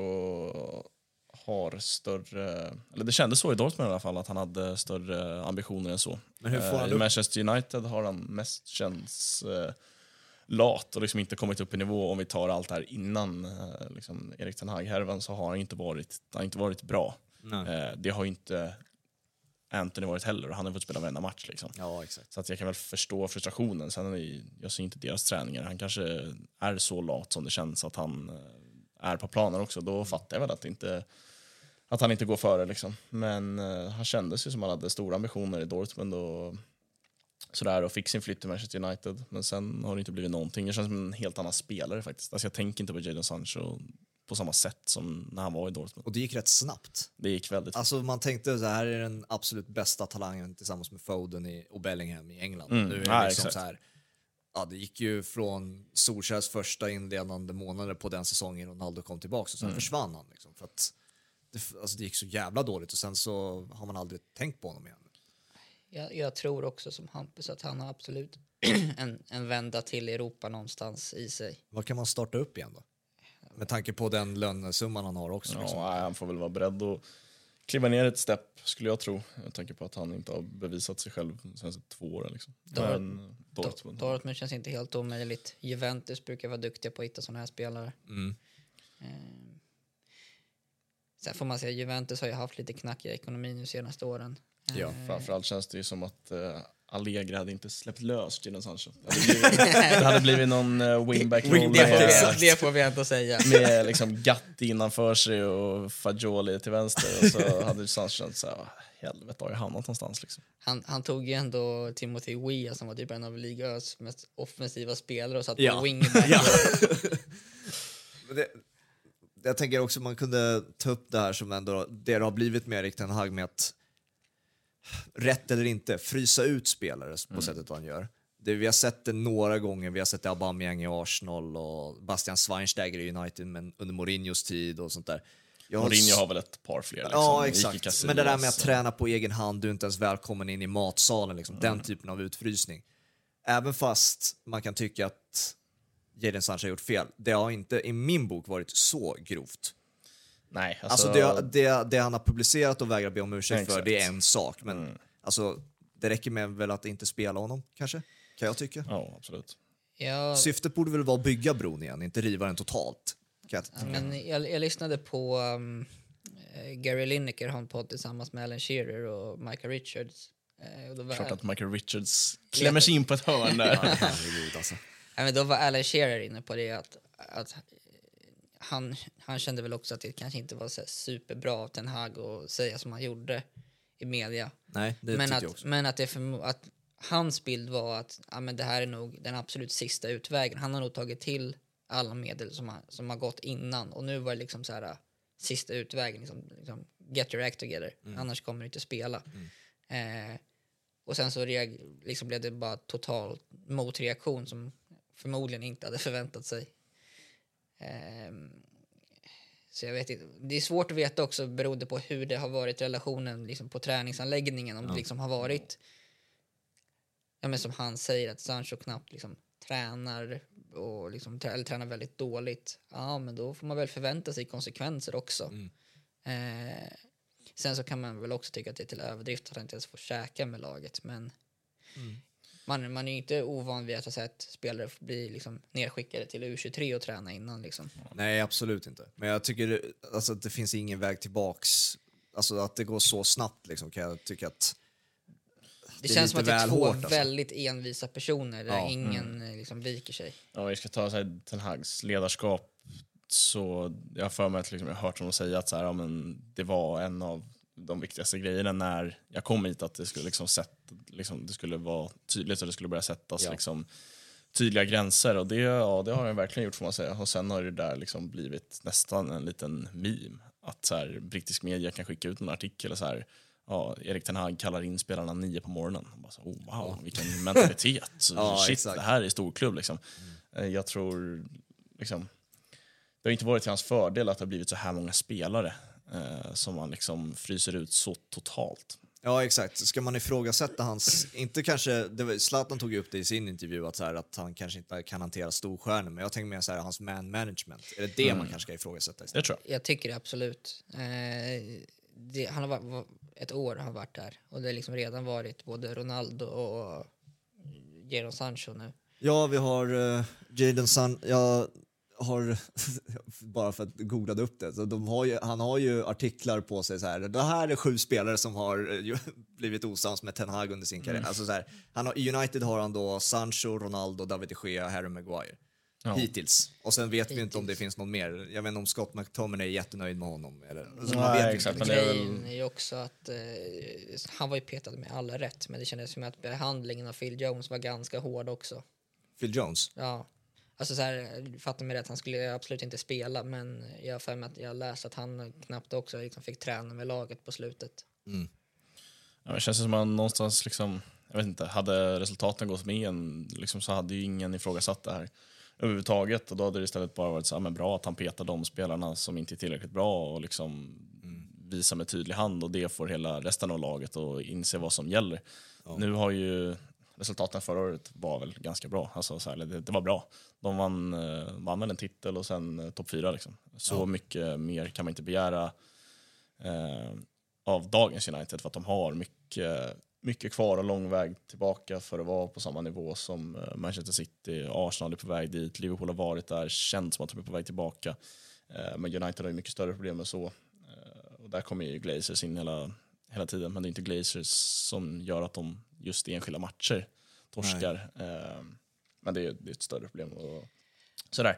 har större... Eller det kändes så i Dortmund i alla fall, att han hade större ambitioner än så. Men hur får han I Manchester United har han mest känts eh, lat och liksom inte kommit upp i nivå. Om vi tar allt här innan eh, liksom Erik ten Hag-härvan, så har han inte varit, han inte varit bra. Eh, det har inte Anthony varit heller, och han har fått spela varenda match liksom. Ja, exakt. Så att jag kan väl förstå frustrationen. Sen är det, jag ser inte deras träningar. Han kanske är så lat som det känns att han är på planen också. Då fattar jag väl att, inte, att han inte går före liksom. Men uh, han kändes ju som han hade stora ambitioner i Dortmund och sådär, och fick sin flytt till Manchester United. Men sen har det inte blivit någonting. Jag känns som en helt annan spelare faktiskt. Alltså jag tänker inte på Jadon Sancho på samma sätt som när han var i Dortmund. Och det gick rätt snabbt. Det gick väldigt. Alltså man tänkte så här är den absolut bästa talangen tillsammans med Foden i, och Bellingham i England. Mm. Nu är det ja, liksom så här, ja, det gick ju från Solskjärs första inledande månader på den säsongen Ronaldo kom tillbaka, och sen mm. försvann han liksom, för att det, alltså det gick så jävla dåligt, och sen så har man aldrig tänkt på honom igen. Jag, jag tror också som Hampus att han har absolut en, en vända till Europa någonstans i sig. Vad kan man starta upp igen då? Med tanke på den lönesumman han har också. Ja, liksom. Han får väl vara beredd att kliva ner ett steg, skulle jag tro. Jag tänker på att han inte har bevisat sig själv de senaste två åren. Liksom. Men Dortmund. Dortmund känns inte helt omöjligt. Juventus brukar vara duktiga på att hitta sådana här spelare. Mm. Eh. Sen får man säga, Juventus har ju haft lite knackig ekonomi nu senaste åren. Ja, eh. framförallt känns det ju som att eh, Allegri hade inte släppt lös Jadon Sancho. Det hade blivit, det hade blivit någon uh, wingback roll. Det, med, det får vi ändå säga. Med liksom Gatti innanför sig och Fagioli till vänster. Och så hade Sancho känt så här, helvete, har jag hamnat någonstans liksom. Han, han tog ju ändå Timothy Weah som var typ en av ligans mest offensiva spelare och satt på ja. wingback. Ja. det, jag tänker också man kunde ta upp det här som ändå det har blivit med Erik ten Hag, med att rätt eller inte frysa ut spelare på mm. sättet han gör. Det, vi har sett det några gånger. Vi har sett det Aubameyang i Arsenal och Bastian Schweinsteiger i United, men under Mourinhos tid och sånt där. Jag Mourinho har väl ett par fler. Liksom. Ja, exakt. Men det där med att träna på egen hand, du är inte ens välkommen in i matsalen. Liksom. Mm. Den typen av utfrysning. Även fast man kan tycka att Jadon Sancho har gjort fel. Det har inte i min bok varit så grovt. Nej, alltså, alltså det, det, det han har publicerat och vägrar be om ursäkt för, det är en sak. Men mm. alltså, det räcker med väl att inte spela honom, kanske? Kan jag tycka. Ja, absolut. Ja. Syftet borde väl vara att bygga bron igen, inte riva den totalt. Ja, men jag, jag lyssnade på um, Gary Lineker, han podd tillsammans med Alan Shearer och Michael Richards. Uh, och då var Klart att Michael Richards klämmer sig in på ett hörn där. Ja, herregud, alltså. Ja, men då var Alan Shearer inne på det att, att han, han kände väl också att det kanske inte var så superbra av Ten Hag att säga som han gjorde i media. Nej, det men tycker att, jag också. Men att, det för, att hans bild var att ja, men det här är nog den absolut sista utvägen. Han har nog tagit till alla medel som har, som har gått innan. Och nu var det liksom så här uh, sista utvägen. Liksom, liksom, get your act together. Mm. Annars kommer du inte spela. Mm. Eh, och sen så reag- liksom blev det bara total motreaktion som förmodligen inte hade förväntat sig. Eh, så jag vet inte. Det är svårt att veta också beroende på hur det har varit relationen liksom, på träningsanläggningen. Om ja. det liksom har varit... Ja, men som han säger att Sancho knappt liksom tränar och liksom trä- eller tränar väldigt dåligt. Ja, men då får man väl förvänta sig konsekvenser också. Mm. Eh, sen så kan man väl också tycka att det är till överdrift att han inte ens får käka med laget. Men mm. man, man är ju inte ovan vid att, att spelare blir liksom nedskickade till U tjugotre och träna innan. Liksom. Nej, absolut inte. Men jag tycker alltså, att det finns ingen väg tillbaks. Alltså att det går så snabbt liksom, kan jag tycka att Det, det känns som att det är två hårt, alltså. väldigt envisa personer där ja. ingen mm. liksom viker sig. Ja, vi ska ta så här, Ten Hags ledarskap, så jag har för mig att liksom, jag har hört honom säga att så här, ja, men det var en av de viktigaste grejerna när jag kom hit, att det skulle liksom sätt, liksom, det skulle vara tydligt och det skulle börja sättas ja. liksom, tydliga gränser, och det, ja, det har han verkligen gjort, får man säga. Och sen har det där liksom blivit nästan en liten meme att så här, brittisk media kan skicka ut en artikel och så här, ja, Erik Ten Hag kallar in spelarna nio på morgonen. Bara så, oh, wow, vilken mentalitet. ja, Shit, exakt. Det här är storklubb. Liksom. Mm. Jag tror liksom, det har inte varit till hans fördel att det har blivit så här många spelare eh, som man liksom fryser ut så totalt. Ja, exakt. Ska man ifrågasätta hans... inte kanske, det var, Zlatan tog ju upp det i sin intervju att, så här, att han kanske inte kan hantera storstjärnor, men jag tänker mer så här, hans man management. Är det det mm. man kanske ska ifrågasätta istället? Det tror jag. Jag tycker det absolut. Eh, det, han har varit... ett år har varit där och det har liksom redan varit både Ronaldo och Jadon Sancho nu. Ja, vi har uh, Jadon Sancho. Jag har bara för att googlade upp det. Så de har ju, han har ju artiklar på sig så här. Det här är sju spelare som har uh, blivit osams med Ten Hag under sin karriär. Mm. Alltså så här, han har, i United har han då Sancho, Ronaldo, David de Gea, Harry Maguire. Ja. Hittills. Och sen vet Hittills. vi inte om det finns någon mer. Jag vet inte om Scott McTominay är jättenöjd med honom. Eller, alltså, man Nej, vet exakt, inte. Men det är väl... är ju också att eh, han var ju petad med alla rätt, men det kändes som att behandlingen av Phil Jones var ganska hård också. Phil Jones? Ja. Alltså så här, fattar mig rätt, han skulle absolut inte spela, men jag har för mig att jag läste att han knappt också liksom fick träna med laget på slutet. Mm. Ja, det känns som att man någonstans liksom, jag vet inte, hade resultaten gått med en, liksom, så hade ju ingen ifrågasatt det här överhuvudtaget, och då hade det istället bara varit så här, men bra att han petar de spelarna som inte är tillräckligt bra och liksom mm. visar med tydlig hand, och det får hela resten av laget att inse vad som gäller. Ja. Nu har ju resultaten förra året var väl ganska bra, alltså så här, det, det var bra. De vann, vann väl en titel och sen eh, topp fyra liksom. Så ja. mycket mer kan man inte begära eh, av dagens United, för att de har mycket mycket kvar och lång väg tillbaka för att vara på samma nivå som Manchester City. Arsenal är på väg dit, Liverpool har varit där, känns som att de är på väg tillbaka. Men United har ju mycket större problem med så. Och där kommer ju Glazers in hela, hela tiden, men det är inte Glazers som gör att de just i enskilda matcher torskar. Nej. Men det är, det är ett större problem. Och sådär.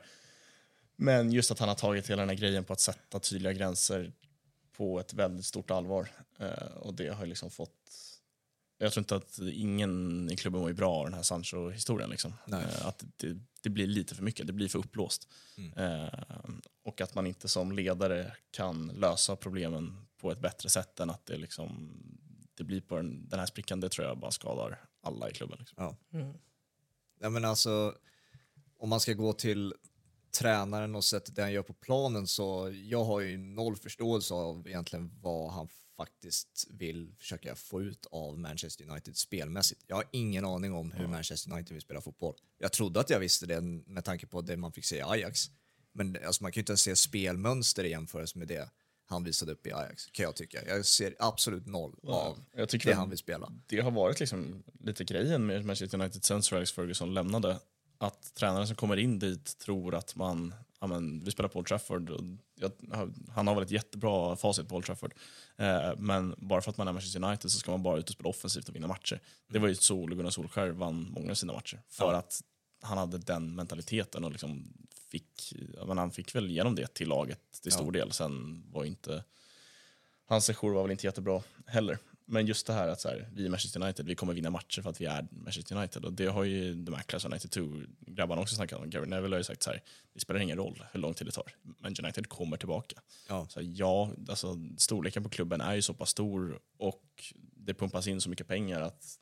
Men just att han har tagit hela den här grejen på att sätta tydliga gränser på ett väldigt stort allvar. Och det har ju liksom fått... Jag tror inte att ingen i klubben var ju bra av den här Sancho-historien. Liksom. Eh, att det, det blir lite för mycket, det blir för upplåst. Mm. Eh, och att man inte som ledare kan lösa problemen på ett bättre sätt än att det, liksom, det blir på den, den här sprickan. Det tror jag bara skadar alla i klubben. Liksom. Ja. Mm. Ja, men alltså, om man ska gå till tränaren och sättet det han gör på planen, så jag har ju noll förståelse av egentligen vad han faktiskt vill försöka få ut av Manchester United spelmässigt. Jag har ingen aning om hur Manchester United vill spela fotboll. Jag trodde att jag visste det med tanke på det man fick se i Ajax. Men alltså, man kan ju inte ens se spelmönster i jämförelse med det han visade upp i Ajax, kan jag tycka. Jag ser absolut noll ja, av jag tycker det han vill spela. Det har varit liksom lite grejen med Manchester United sen Sir Alex Ferguson lämnade. Att tränaren som kommer in dit tror att man, ja men, vi spelar på Old Trafford och jag, han har väl ett jättebra facit på Old Trafford, eh, men bara för att man är Manchester United så ska man bara ut och spela offensivt och vinna matcher. Mm. Det var ju så Ole Gunnar Solskjær vann många av sina matcher för ja. att han hade den mentaliteten och liksom fick, men han fick väl igenom det till laget till stor ja. del. Sen var inte hans sejour var väl inte jättebra heller. Men just det här att så här, vi är Manchester United, vi kommer vinna matcher för att vi är Manchester United. Och det har ju de här Class of nittiotvå-grabbarna också snackat om. Gary Neville har ju sagt så här, det spelar ingen roll hur lång tid det tar. Men United kommer tillbaka. Ja. Så ja, alltså, storleken på klubben är ju så pass stor och det pumpas in så mycket pengar att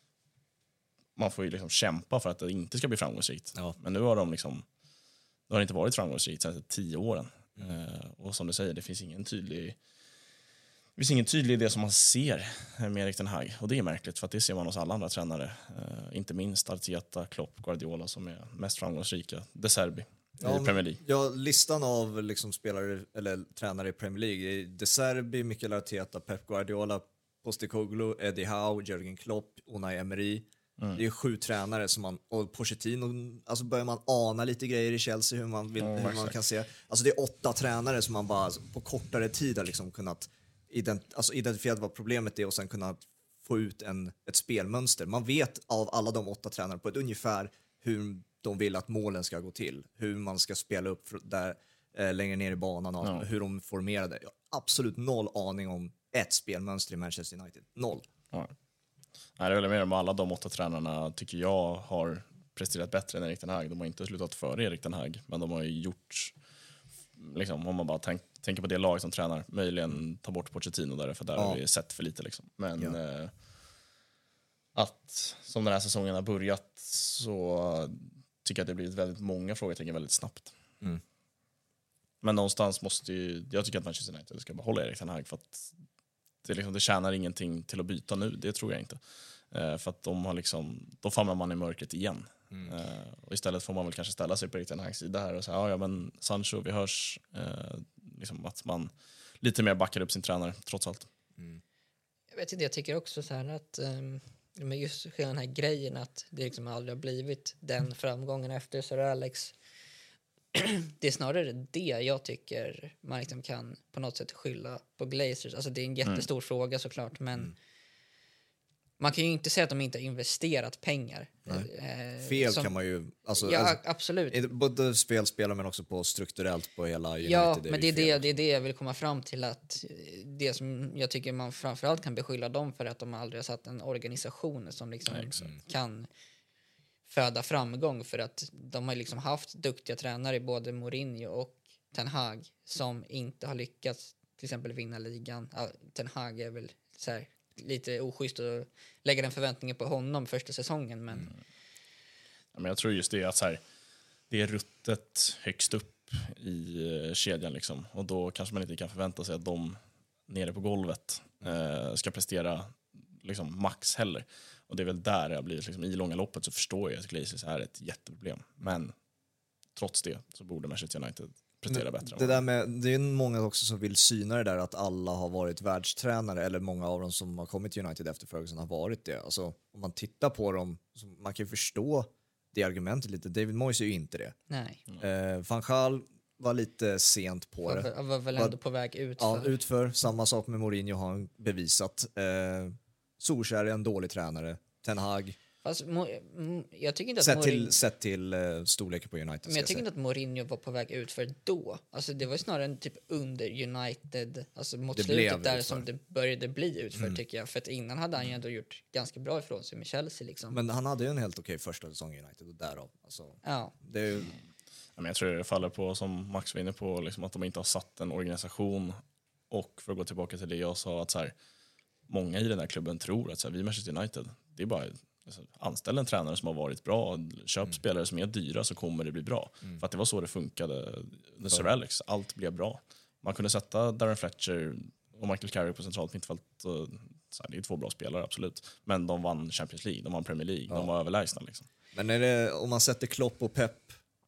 man får ju liksom kämpa för att det inte ska bli framgångsrikt. Ja. Men nu har de liksom, det har inte varit framgångsrikt sedan tio åren. Mm. Uh, och som du säger, det finns ingen tydlig det finns ingen tydlig idé som man ser med Erik ten Hag. Och det är märkligt för att det ser man hos alla andra tränare. Uh, inte minst Arteta, Klopp, Guardiola som är mest framgångsrika. De Zerbi ja, i Premier League. Ja, listan av liksom spelare eller tränare i Premier League. De Zerbi, Mikel Arteta, Pep Guardiola, Postecoglou, Eddie Howe, Jürgen Klopp, Unai Emery. Mm. Det är sju tränare som man, och Pochettino, alltså börjar man ana lite grejer i Chelsea hur man, vill, mm, hur man kan se. Alltså det är åtta tränare som man bara alltså, på kortare tid har liksom kunnat ident, alltså identifiera vad problemet är och sen kunnat få ut en, ett spelmönster. Man vet av alla de åtta tränare på ett ungefär hur de vill att målen ska gå till. Hur man ska spela upp där eh, längre ner i banan och mm. hur de formerar det. Jag har absolut noll aning om ett spelmönster i Manchester United. Noll. Ja. Nej, jag håller med om alla de åtta tränarna tycker jag har presterat bättre än Erik ten Hag. De har inte slutat före Erik ten Hag, men de har ju gjort, liksom, om man bara tänk, tänker på det lag som tränar, möjligen ta bort Pochettino där, för där ja. har vi sett för lite. Liksom. Men ja. eh, att som den här säsongen har börjat så tycker jag att det blivit väldigt många frågetecken väldigt snabbt. Mm. Men någonstans måste ju, jag tycker att Manchester United ska behålla Erik ten Hag för att det, liksom, det tjänar ingenting till att byta nu, det tror jag inte. Uh, för att de har liksom, då famlar man i mörkret igen. Mm. Uh, och istället får man väl kanske ställa sig på Erik ten Hags sida här och säga, ja, ja men Sancho, vi hörs. Uh, liksom att man lite mer backar upp sin tränare, trots allt. Mm. Jag vet inte, jag tycker också så här att um, med just den här grejen att det liksom aldrig har blivit den framgången efter Sir Alex. Det är snarare det jag tycker man liksom kan på något sätt skylla på Glazers. Alltså det är en jättestor mm. fråga såklart, men mm. man kan ju inte säga att de inte har investerat pengar. Eh, Fel som, kan man ju... Alltså, ja, alltså, absolut. Både spelspelare men också på strukturellt på hela United. Ja, men det är det, det är det jag vill komma fram till. Att det som jag tycker man framförallt kan beskylla dem för att de aldrig har satt en organisation som liksom ja, kan föda framgång, för att de har liksom haft duktiga tränare, både Mourinho och Ten Hag, som inte har lyckats till exempel vinna ligan. Ja, Ten Hag är väl så här, lite oschysst att lägga den förväntningen på honom första säsongen, men mm. ja, men jag tror just det att så här, det är ruttet högst upp i uh, kedjan liksom, och då kanske man inte kan förvänta sig att de nere på golvet uh, ska prestera liksom max heller. Och det är väl där jag blir liksom, i långa loppet så förstår jag att Glazers är ett jätteproblem. Men trots det så borde Manchester United prestera bättre. Det, där med, det är många också som vill syna det där att alla har varit världstränare, eller många av dem som har kommit till United efter Ferguson har varit det. Alltså, om man tittar på dem, så man kan ju förstå det argumentet lite. David Moyes är ju inte det. Nej. Eh, Van Gaal var lite sent på det. Han var väl ändå var, på väg utför. Ja, utför. Samma sak med Mourinho har han bevisat. Eh, Solskjaer är en dålig tränare. Ten Hag. Fast, jag tycker inte att sett, Mourinho... till, sett till uh, storleken på United. Men jag tycker inte att Mourinho var på väg ut för då. Alltså det var snarare en typ under United, alltså mot det slutet där som det började bli utför mm. tycker jag. För att innan hade han ju ändå gjort ganska bra ifrån sig med Chelsea liksom. Men han hade ju en helt okej första säsong i United och därav. Alltså, ja. Det är ju... ja, men jag tror det faller på, som Max var inne på, liksom att de inte har satt en organisation. Och för att gå tillbaka till det jag sa, att så här, många i den här klubben tror att så här, vi Manchester United, det är bara alltså, anställ en tränare som har varit bra, köp mm. spelare som är dyra, så kommer det bli bra. Mm. För att det var så det funkade med Sir Alex, allt blev bra. Man kunde sätta Darren Fletcher och Michael Carrick på centralt mittfält, och, så här, det är två bra spelare absolut, men de vann Champions League, de vann Premier League, ja. De var överlägsna liksom. Men är det, om man sätter Klopp och Pep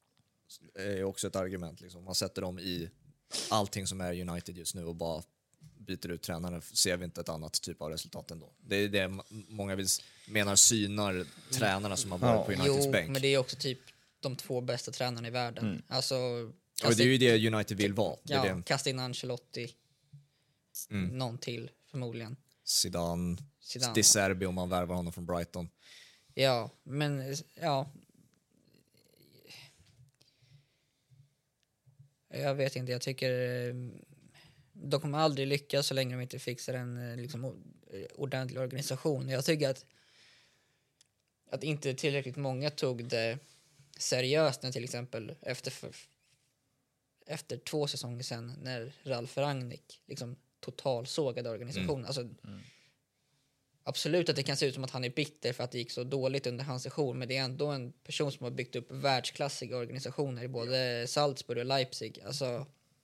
är också ett argument liksom. Man sätter dem i allting som är United just nu och bara byter ut tränare, ser vi inte ett annat typ av resultat ändå. Det är det många vill, menar synar tränarna som har varit ja. på Uniteds jo, bänk. Men det är också typ de två bästa tränarna i världen. Mm. Alltså, och det är ju det United vill vara. Det ja, det. Kasta in Ancelotti. Mm. Någon till, förmodligen. Zidane. Zidane. De Zerbi om man värvar honom från Brighton. Ja, men ja. Jag vet inte, jag tycker de kommer aldrig lyckas så länge de inte fixar en liksom, ordentlig organisation. Jag tycker att, att inte tillräckligt många tog det seriöst när till exempel efter, för, efter två säsonger sedan när Ralf Rangnick liksom totalsågade organisationen. Mm. Alltså, mm. Absolut att det kan se ut som att han är bitter för att det gick så dåligt under hans session, men det är ändå en person som har byggt upp världsklassiga organisationer i både Salzburg och Leipzig. Alltså,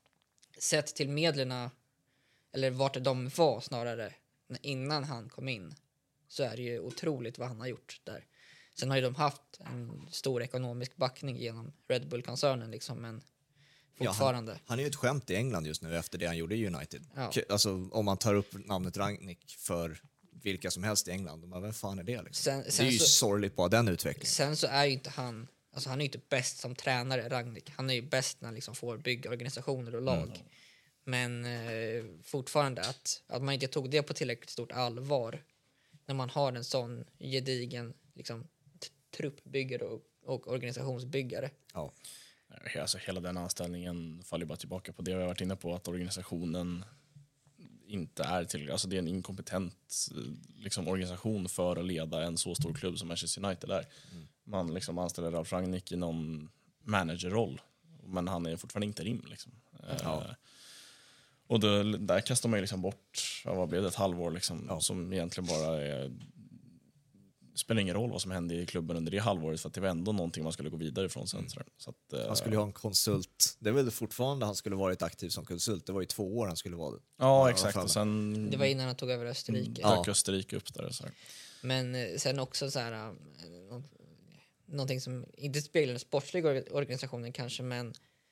sett till medlerna, eller vart de var snarare, innan han kom in, så är det ju otroligt vad han har gjort där. Sen har ju de haft en stor ekonomisk backning genom Red Bull-koncernen, liksom, men fortfarande. Ja, han, han är ju ett skämt i England just nu efter det han gjorde i United. Ja. Alltså, om man tar upp namnet Rangnick för vilka som helst i England, men vem fan är det liksom? Sen, sen det är ju så, sorgligt på den utvecklingen. Sen så är ju inte han, alltså han är ju inte bäst som tränare, Rangnick. Han är ju bäst när han liksom får bygga organisationer och lag. Mm. Men eh, fortfarande att, att man inte tog det på tillräckligt stort allvar när man har en sån gedigen liksom, t- truppbyggare och, och organisationsbyggare. Ja. Alltså, hela den anställningen faller bara tillbaka på det vi har varit inne på, att organisationen inte är till, alltså det är en inkompetent liksom, organisation för att leda en så stor klubb som Manchester United är. Mm. Man liksom anställer Ralf Rangnick i någon managerroll, men han är fortfarande inte rim liksom. Ja. Uh, och då, där kastar man ju liksom bort, vad blev det, ett halvår liksom, ja. Som egentligen bara är, spelar ingen roll vad som hände i klubben under det halvåret, för att det var ändå någonting man skulle gå vidare ifrån sen. Mm. Så att, uh, han skulle ju ha en konsult. Det är väl fortfarande han skulle varit aktiv som konsult. Det var ju två år han skulle vara det. Ja, exakt. Och sen, det var innan han tog över Österrike. Dök ja. Österrike upp där. Så här. Men sen också så här, äh, någonting som inte speglar den sportsliga organisationen kanske, men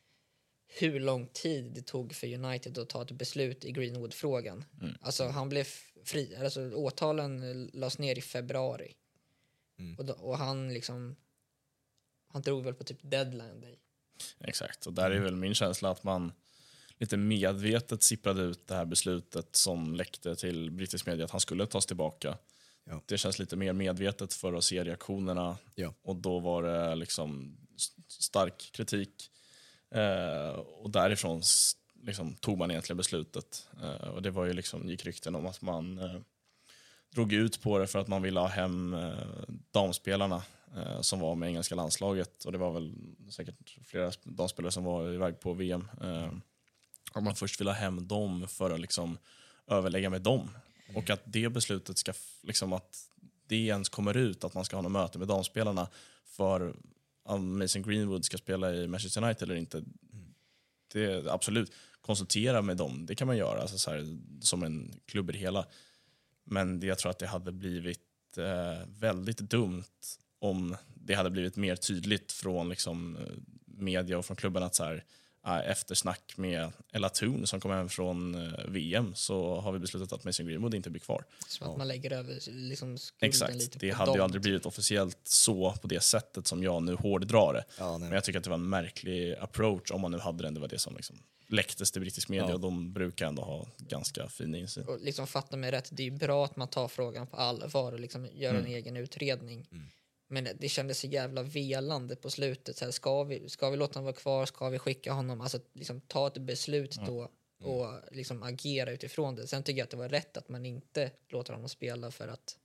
hur lång tid det tog för United att ta ett beslut i Greenwood-frågan. Mm. Alltså han blev fri, alltså åtalen lades ner i februari. Mm. Och, då, och han liksom han drog väl på typ deadline day. Exakt, och där är väl min känsla att man lite medvetet sipprade ut det här beslutet som läckte till brittisk media att han skulle tas tillbaka. Ja. Det känns lite mer medvetet för att se reaktionerna. Ja. Och då var det liksom stark kritik. Eh, och därifrån liksom tog man egentligen beslutet. Eh, och det var ju liksom, gick rykten om att man eh, drog ut på det för att man ville ha hem eh, damspelarna eh, som var med engelska landslaget. Och det var väl säkert flera damspelare som var iväg på V M. Eh, och man först ville ha hem dem för att liksom överlägga med dem. Mm. Och att det beslutet ska, liksom att det ens kommer ut att man ska ha något möte med damspelarna för om Mason Greenwood ska spela i Manchester United eller inte. Mm. Det är absolut, konsultera med dem, det kan man göra alltså så här, som en klubb i det hela. Men det, jag tror att det hade blivit eh, väldigt dumt om det hade blivit mer tydligt från liksom, media och från klubben att så här, efter snack med Ella Toon som kom hem från V M så har vi beslutat att Mason Greenwood inte blir kvar. Så att man lägger över liksom skulden Exakt. Lite det på hade dem. ju aldrig blivit officiellt så på det sättet som jag nu hårddrar det. Ja, men jag tycker att det var en märklig approach om man nu hade den. Det var det som liksom läcktes till brittisk media ja. Och de brukar ändå ha ganska fin insyn. Och liksom fatta mig rätt, det är bra att man tar frågan på allvar och liksom gör mm. en egen utredning. Mm. Men det kändes så jävla velande på slutet. Så här, ska, vi, ska vi låta honom vara kvar? Ska vi skicka honom? Alltså liksom, ta ett beslut då mm. och liksom, agera utifrån det. Sen tycker jag att det var rätt att man inte låter honom spela för att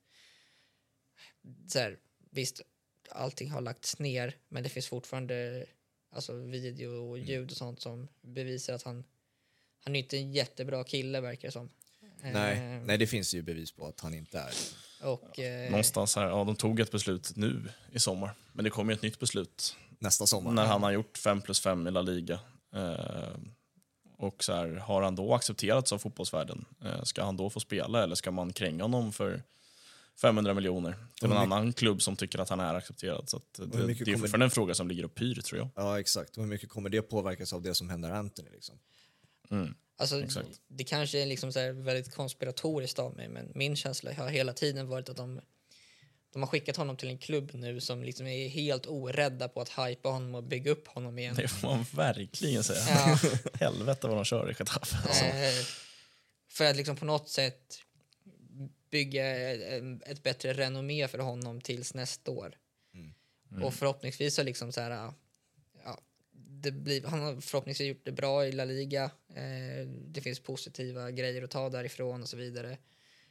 så här, visst, allting har lagts ner men det finns fortfarande alltså, video och ljud och sånt som bevisar att han, han är inte en jättebra kille verkar det som. Nej, eh, nej, det finns ju bevis på att han inte är. Och, ja. eh, Någonstans här, ja, de tog ett beslut nu i sommar. Men det kommer ett nytt beslut nästa sommar. När han har gjort fem plus fem i La Liga. Eh, och så här, har han då accepterats av fotbollsvärlden? Eh, ska han då få spela eller ska man kränga honom för femhundra miljoner till en annan klubb som tycker att han är accepterad? Så att det, det är fortfarande kommer... en fråga som ligger och pyr, tror jag. Ja, exakt. Och hur mycket kommer det påverkas av det som händer Anthony liksom? Mm. Alltså, det kanske är liksom så här väldigt konspiratoriskt av mig, men min känsla har hela tiden varit att de, de har skickat honom till en klubb nu som liksom är helt orädda på att hypa honom och bygga upp honom igen. Det får man verkligen säga. Ja. Helvete vad de kör i Getafe. Alltså. Eh, för att liksom på något sätt bygga ett bättre renommé för honom tills nästa år. Mm. Mm. Och förhoppningsvis så liksom så här, ja, det blir, han har förhoppningsvis gjort det bra i La Liga. Eh, det finns positiva grejer att ta därifrån och så vidare.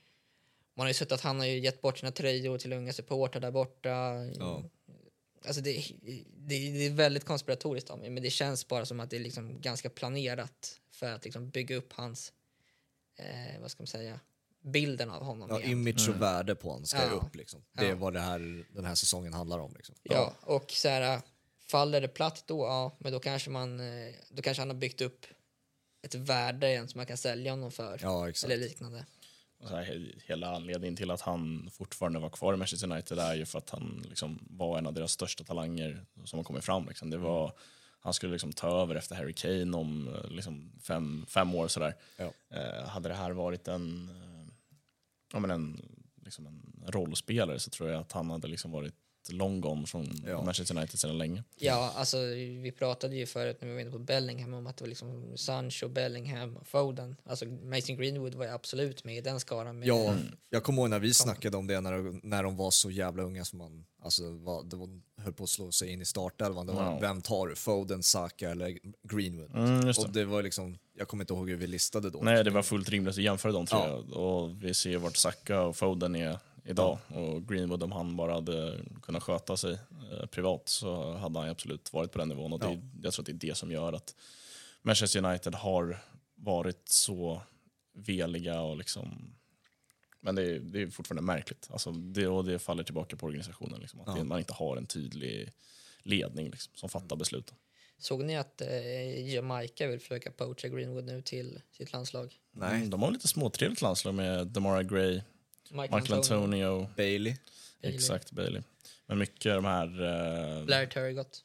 Man har ju sett att han har ju gett bort sina tröjor till unga supportrar där borta. Ja. Alltså det, det, det är väldigt konspiratoriskt av mig, men det känns bara som att det är liksom ganska planerat för att liksom bygga upp hans, eh, vad ska man säga, bilden av honom. Ja, igen. image och värde på honom ska Ja. upp liksom. Det är Ja. vad det här, den här säsongen handlar om liksom. Ja, och så här, faller det platt då, ja, men då kanske man, eh, då kanske han har byggt upp ett värde igen som man kan sälja honom för, Ja, exakt. eller liknande. Så här, hela anledningen till att han fortfarande var kvar i Manchester United är ju för att han liksom var en av deras största talanger som har kommit fram. Liksom. Det var, han skulle liksom ta över efter Harry Kane om liksom fem, fem år. Sådär. Ja. Eh, hade det här varit en, eh, ja, men en, liksom en rollspelare så tror jag att han hade liksom varit long gone från Ja. Manchester United sedan länge. Ja, alltså vi pratade ju förut när vi var inne på Bellingham om att det var liksom Sancho, Bellingham och Foden. Alltså Mason Greenwood var ju absolut med i den skaran. Med, Ja, jag kommer ihåg när vi snackade om det när, när de var så jävla unga som man alltså, var, det var, höll på att slå sig in i startelvan. Det var, Ja. Vem tar du? Foden, Saka eller Greenwood? Mm, just det. Och det var liksom, jag kommer inte ihåg hur vi listade då. Nej, det var fullt rimligt att jämföra dem tror Ja. jag. Och vi ser vart Saka och Foden är idag. Och Greenwood, om han bara hade kunnat sköta sig eh, privat så hade han absolut varit på den nivån. Och det, Ja. jag tror att det är det som gör att Manchester United har varit så veliga och liksom... Men det är, det är fortfarande märkligt. Alltså det, och det faller tillbaka på organisationen. Liksom, att Ja. det, man inte har en tydlig ledning liksom, som fattar besluten. Såg ni att eh, Jamaica vill försöka poacha Greenwood nu till sitt landslag? Nej, Mm, de har lite småtrevligt landslag med Demara Gray, Michael Antonio. Bailey. Bailey. Exakt, Bailey. Men mycket de här... Eh, Blair Turgott.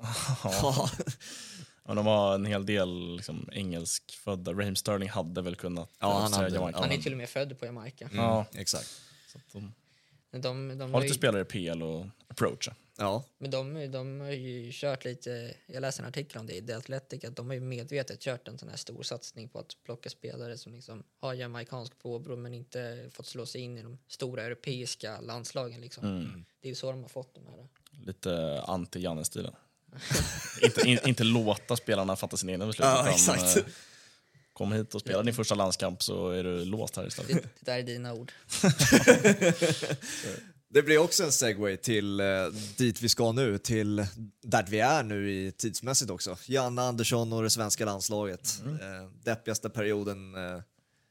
ja, ja, de har en hel del liksom, engelskfödda. Raheem Sterling hade väl kunnat Ja, han säga hade- Jamaica. ja. Han är till och med född på Jamaica. Mm, Ja. exakt. Så att de Men de, de, har har lite ju, spelare i P L och approacha. Ja, men de, de har ju kört lite, jag läste en artikel om det i The Athletic, att de har ju medvetet kört en sån här stor satsning på att plocka spelare som liksom har jamaikansk påbrå men inte fått slå sig in i de stora europeiska landslagen. Liksom. Mm. Det är ju så de har fått de här. Lite anti-Janne-stilen. inte, in, inte låta spelarna fatta sina egna beslut. Ja, utan, exakt. eh, kom hit och spela din första landskamp så är du låst här istället. Det, det där är dina ord. det blir också en segway till eh, dit vi ska nu, till där vi är nu i tidsmässigt också. Janne Andersson och det svenska landslaget. Mm. Eh, deppigaste perioden eh,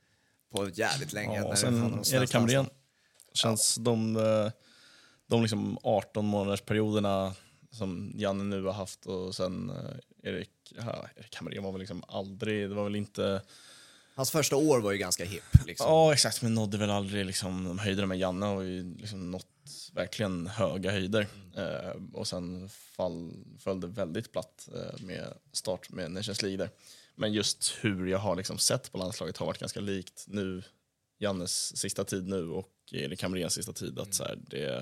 på jävligt länge. Ja, när och det sen handlar om Erik svenskt Hamrén. landslag. Känns de, eh, de liksom arton månaders perioderna som Janne nu har haft och sen eh, Erik, ja, Erik Hamrén var väl liksom aldrig, det var väl inte... Hans första år var ju ganska hipp. Liksom. Ja, exakt, men nådde väl aldrig liksom, de höjderna med Janne har ju liksom nått verkligen höga höjder. Eh, och sen fall, föll det väldigt platt eh, med start med Nations League där. Men just hur jag har liksom sett på landslaget har varit ganska likt nu, Jannes sista tid nu och Erik Hamréns sista tid. Att så här, det,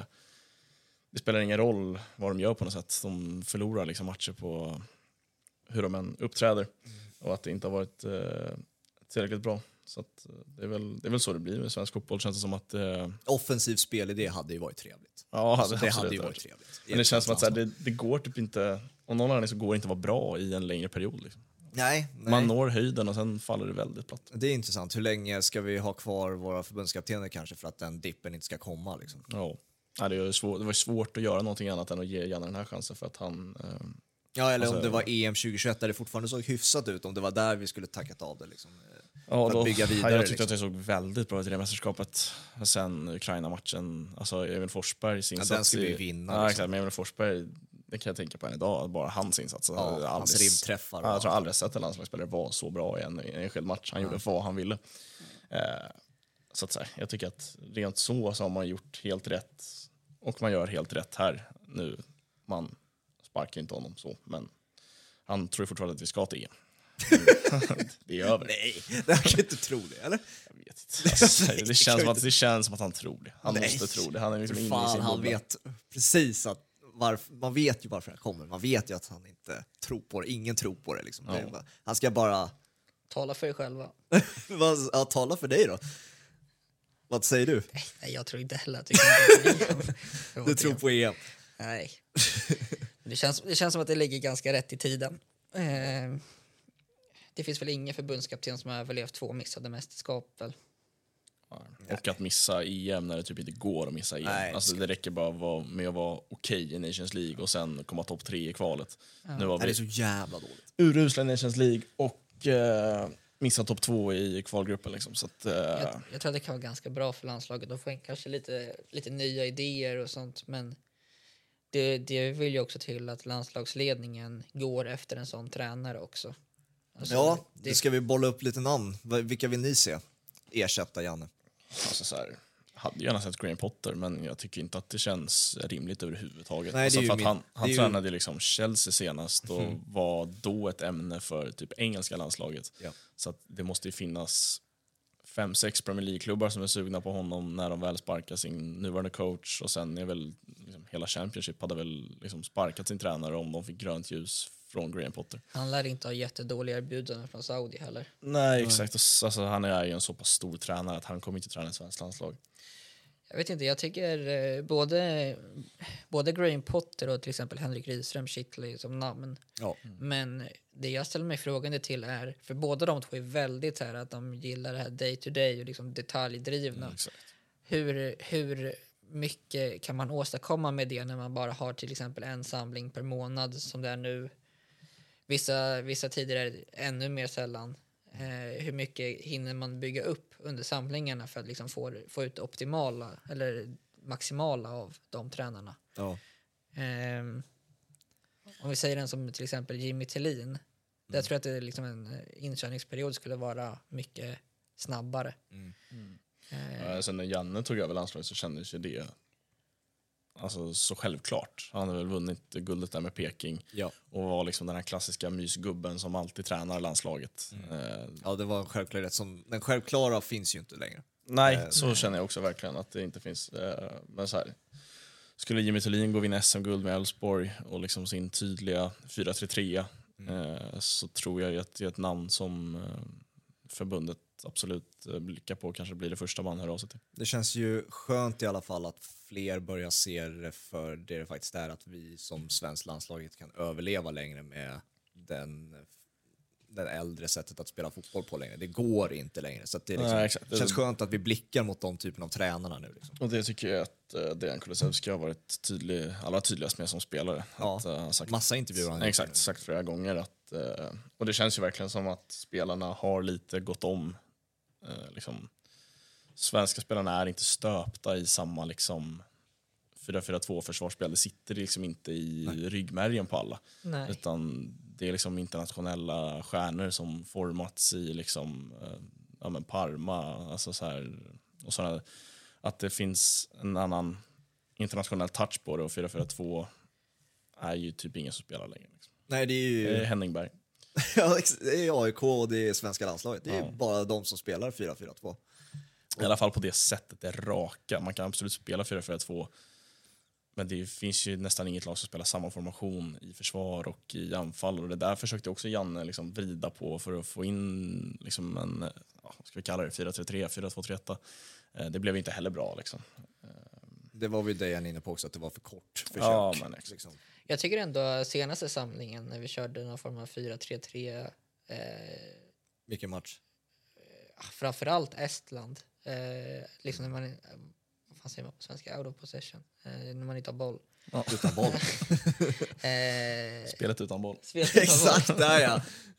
det spelar ingen roll vad de gör på något sätt. De förlorar liksom matcher på hur de än uppträder. Och att det inte har varit eh, tillräckligt bra. Så att, eh, det, är väl, det är väl så det blir med svensk fotboll. Känns det som att... Eh, Offensiv spelidé hade ju varit trevligt. ja, Alltså, det absolut hade ju varit. varit trevligt. Men det känns som att så här, det, det går typ inte... Om någon annan så går det inte att vara bra i en längre period. Liksom. Nej, nej. Man når höjden och sen faller det väldigt platt. Det är intressant. Hur länge ska vi ha kvar våra förbundskaptener kanske för att den dippen inte ska komma? Liksom? Ja. Ja, det, var svår, det var svårt att göra någonting annat än att ge Janne den här chansen för att han... Eh, Ja, eller Alltså- om det var E M tjugohundratjugoett där det fortfarande såg hyfsat ut, om det var där vi skulle tackat av det. Liksom. ja, För att bygga vidare, ja, jag tyckte liksom. att det såg väldigt bra ut i det mästerskapet. Sen Ukraina-matchen, alltså Emil Forsbergs Ja, insats... den skulle i- vi vinna, Ja, liksom. exakt, men Emil Forsberg, det kan jag tänka på än idag, bara hans insats. Ja, Jag har hans aldrig- ribbträffar. Ja, jag tror aldrig sett en landslagsspelare vara så bra i en, i en enskild match. Han gjorde vad han ville. Eh, så att säga, jag tycker att rent så så har man gjort helt rätt. Och man gör helt rätt här nu. Man sparkar inte honom så, men han tror fortfarande att vi ska till E M. Det är över. Nej, jag kan inte tro det, eller? Jag vet inte. Alltså, Nej, det, det känns kan som att, inte- det känns som att han tror det. Han Nej. måste tro det. Han är liksom För inne i fan, sin han bubbla. vet precis att varför, man vet ju varför det kommer. Man vet ju att han inte tror på det. Ingen tror på det. Liksom. Det är Ja. bara, han ska bara... Tala för er själva. Vad- ja, tala för dig då. Vad säger du? Nej, jag tror inte heller att vi kan Du tror på E M? Nej. Det känns, det känns som att det ligger ganska rätt i tiden. Eh, det finns väl ingen förbundskapten som har överlevt två missade mästerskap väl? Ja. Och att missa E M när det typ inte går att missa E M. Nej, alltså, det räcker bara vara, med att vara okej okay i Nations League och sen komma topp tre i kvalet. Ja. Nu var Det är vi så jävla dåligt. urusla i Nations League och eh, missa topp två i kvalgruppen. Liksom. Så att, eh, Jag, jag tror att det kan vara ganska bra för landslaget. De får kanske lite, lite nya idéer och sånt. Men det, det vill ju också till att landslagsledningen går efter en sån tränare också. Alltså, Ja, det, det ska vi bolla upp lite namn. V- Vilka vill ni se ersätta Janne? alltså, så här, hade gärna sett Graham Potter, men jag tycker inte att det känns rimligt överhuvudtaget. Nej, alltså, det är ju för att min- han han det är ju- tränade ju liksom Chelsea senast och var då ett ämne för typ engelska landslaget. Ja. Så att det måste ju finnas fem, sex Premier League-klubbar som är sugna på honom när de väl sparkar sin nuvarande coach. Och sen är väl liksom, hela Championship hade väl liksom sparkat sin tränare om de fick grönt ljus från Graham Potter. han lär inte ha jättedåliga erbjudanden från Saudi heller. Nej, exakt. Alltså, han är ju en så pass stor tränare att han kommer inte träna ett svenskt landslag. Jag vet inte, jag tycker eh, både, både Graham Potter och till exempel Henrik Rydström kittlar som namn. Ja. Men det jag ställer mig frågande till är, för båda de två är väldigt så här att de gillar det här day to day och liksom detaljdrivna. Mm, exakt. Hur, hur mycket kan man åstadkomma med det när man bara har till exempel en samling per månad som det är nu? Vissa, vissa tider är det ännu mer sällan. Eh, hur mycket hinner man bygga upp under samlingarna för att liksom få, få ut det optimala eller maximala av de tränarna? Ja. Eh, om vi säger en som till exempel Jimmy Tillin. Mm. Där tror jag att det är liksom en inkörningsperiod skulle vara mycket snabbare. Mm. Eh, Eh, Sen när Janne tog över landslaget så kändes ju det alltså, så självklart. Han har väl vunnit guldet där med Peking Ja. och var liksom den här klassiska mysgubben som alltid tränar landslaget. Eh, Ja, det var en självklarhet. Som, den självklara finns ju inte längre. nej, Eh, så känner jag också verkligen att det inte finns. Eh, men så här, skulle Jimmy Tillin gå och vinna S M-guld med Elfsborg och liksom sin tydliga fyra tre tre eh, så tror jag ju att det är ett namn som eh, förbundet absolut eh, blickar på. Kanske blir det första man hör av sig till. Det känns ju skönt i alla fall att fler börjar se det för det det faktiskt är, att vi som svenskt landslaget kan överleva längre med den, den äldre sättet att spela fotboll på längre. Det går inte längre. Så att det är liksom, Nej, exakt. känns skönt att vi blickar mot de typen av tränarna nu. Liksom. Och det tycker jag att uh, Dejan Kulusevski har varit tydlig, allra tydligast med som spelare. Ja, att, uh, han har sagt, massa intervjuer han exakt, sagt flera gånger. Att, uh, och det känns ju verkligen som att spelarna har lite gått om. Uh, liksom, svenska spelarna är inte stöpta i samma liksom, fyra fyra två försvarsspel. Det sitter liksom inte i Nej. ryggmärgen på alla. nej. Utan det är liksom internationella stjärnor som formats i liksom, uh, ja, men Parma. Alltså så här, och sådana, att det finns en annan internationell touch på det och fyra fyra två är ju typ ingen som spelar längre. Liksom. Nej, det är ju Det är Henning Berg. ja, det är A I K och det är svenska landslaget. Det är Ja. ju bara de som spelar fyra fyra två. I alla fall på det sättet, det raka. Man kan absolut spela fyra fyra två, men det finns ju nästan inget lag som spelar samma formation i försvar och i anfall. Och det där försökte också Janne liksom vrida på för att få in liksom en, ja, vad ska vi kalla det, fyra tre tre, fyra två tre ett. Det blev inte heller bra liksom. Det var vi Dejan inne på också, att det var för kort försök. Ja, men exakt. liksom. Jag tycker ändå senaste samlingen när vi körde någon form av fyra tre tre, eh, Vilken match? framförallt Estland, eh, liksom när man, eh, vad fan säger man på svenska, out of possession, eh, när man inte har boll. Utan boll. Eh, Spelet utan boll. spelet utan Exakt, boll. där ja.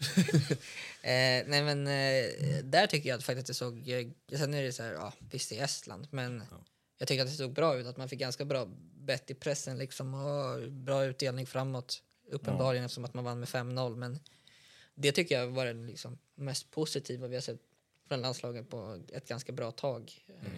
eh, nej men eh, där tycker jag att faktiskt det såg, eh, sen är det så här, ja visst det är Estland, men Ja. jag tycker att det såg bra ut, att man fick ganska bra bett i pressen liksom och bra utdelning framåt, uppenbarligen eftersom att man vann med fem noll, men det tycker jag var det liksom mest positiva vi har sett från landslaget på ett ganska bra tag. Mm.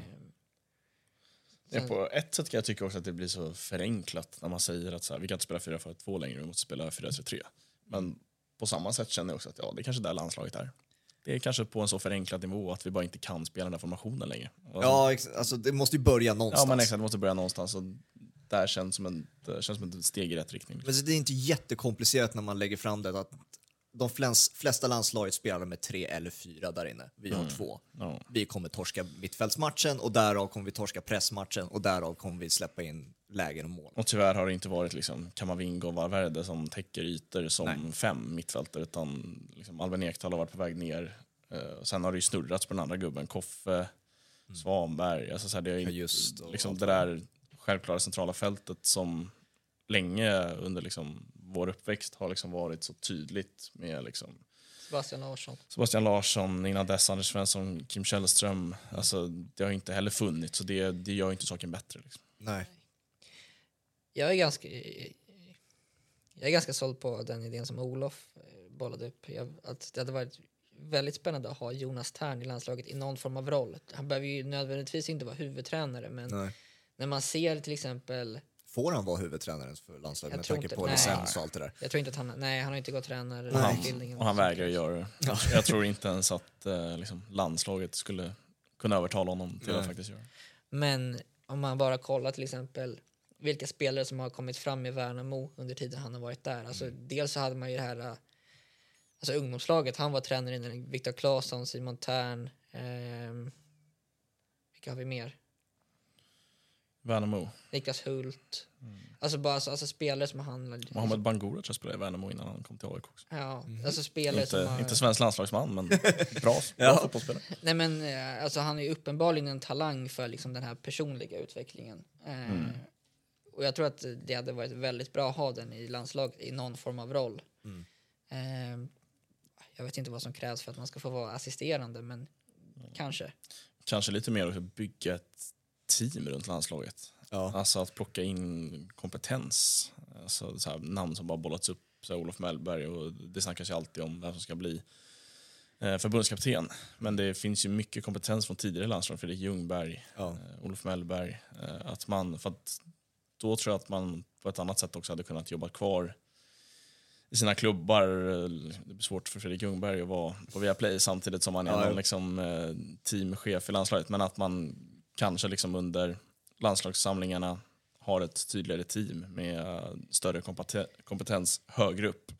Ja, på ett sätt kan jag tycka också att det blir så förenklat när man säger att så här, vi kan inte spela fyra fyra två längre, vi måste spela fyra tre tre. Men på samma sätt känner jag också att ja, det är kanske där landslaget är. Det är kanske på en så förenklad nivå att vi bara inte kan spela den där formationen längre. Alltså, Ja, ex- alltså det måste ju börja någonstans. ja, men exakt, det måste börja någonstans och där känns som en, det känns som ett steg i rätt riktning. Men det är inte jättekomplicerat när man lägger fram det, att de flest, flesta landslaget spelar med tre eller fyra där inne. Vi har mm. två. Ja. Vi kommer torska mittfältsmatchen och därav kommer vi torska pressmatchen och därav kommer vi släppa in lägen och mål. Och tyvärr har det inte varit liksom Kamavinga och Valverde som täcker ytor som Nej. fem mittfältare, utan liksom Albin Ekdal har varit på väg ner. Uh, sen har det ju snurrats på den andra gubben, Koffe, mm. Svanberg. Alltså så här, det är ju just liksom det där självklara centrala fältet som länge under liksom vår uppväxt har liksom varit så tydligt med liksom Sebastian Larsson. Sebastian Larsson, innan dess Anders Svensson, Kim Källström. Alltså, det har inte heller funnits, så det, det gör inte saken bättre. Liksom. Nej. Jag är ganska jag är ganska såld på den idén som Olof bollade upp. Jag, att det hade varit väldigt spännande att ha Jonas Tern i landslaget i någon form av roll. Han behöver ju nödvändigtvis inte vara huvudtränare, men Nej. när man ser till exempel... Får han vara huvudtränare för landslaget med tanke på licens och allt det där? Jag tror inte att han... Nej, han har inte gått tränarutbildningen. Och han vägrar göra det. Ja. Jag tror inte ens att eh, liksom, landslaget skulle kunna övertala honom till Nej. att faktiskt göra det. Men om man bara kollar till exempel vilka spelare som har kommit fram i Värnamo under tiden han har varit där. Alltså, mm. dels så hade man ju det här... Alltså ungdomslaget, han var tränare innan. Viktor Claesson, Simon Tern. Eh, vilka har vi mer? Värnamo. Niklas Hult. Mm. Alltså bara alltså, alltså spelare som han... Mohamed Bangura tror jag spelade i Värnamo innan han kom till A I K också. Ja, mm. alltså spelare inte, som har... Inte svensk landslagsman, men bra, ja. bra fotbollsspelare. Nej men, alltså han är ju uppenbarligen en talang för liksom den här personliga utvecklingen. Eh, mm. Och jag tror att det hade varit väldigt bra att ha den i landslaget i någon form av roll. Mm. Eh, jag vet inte vad som krävs för att man ska få vara assisterande, men mm. kanske. Kanske lite mer att bygga ett team runt landslaget. Ja. Alltså att plocka in kompetens. Alltså så här, namn som bara bollats upp, så här, Olof Mellberg, och det snackas ju alltid om vem som ska bli eh, förbundskapten. Men det finns ju mycket kompetens från tidigare landslag, Fredrik Ljungberg, ja. eh, Olof Mellberg. Eh, att man, för att då tror jag att man på ett annat sätt också hade kunnat jobba kvar i sina klubbar. Det blir svårt för Fredrik Ljungberg att vara på Viaplay samtidigt som man är ja, någon liksom, eh, teamchef i landslaget. Men att man kanske liksom under landslagssamlingarna har ett tydligare team med större kompeten- kompetens högre upp.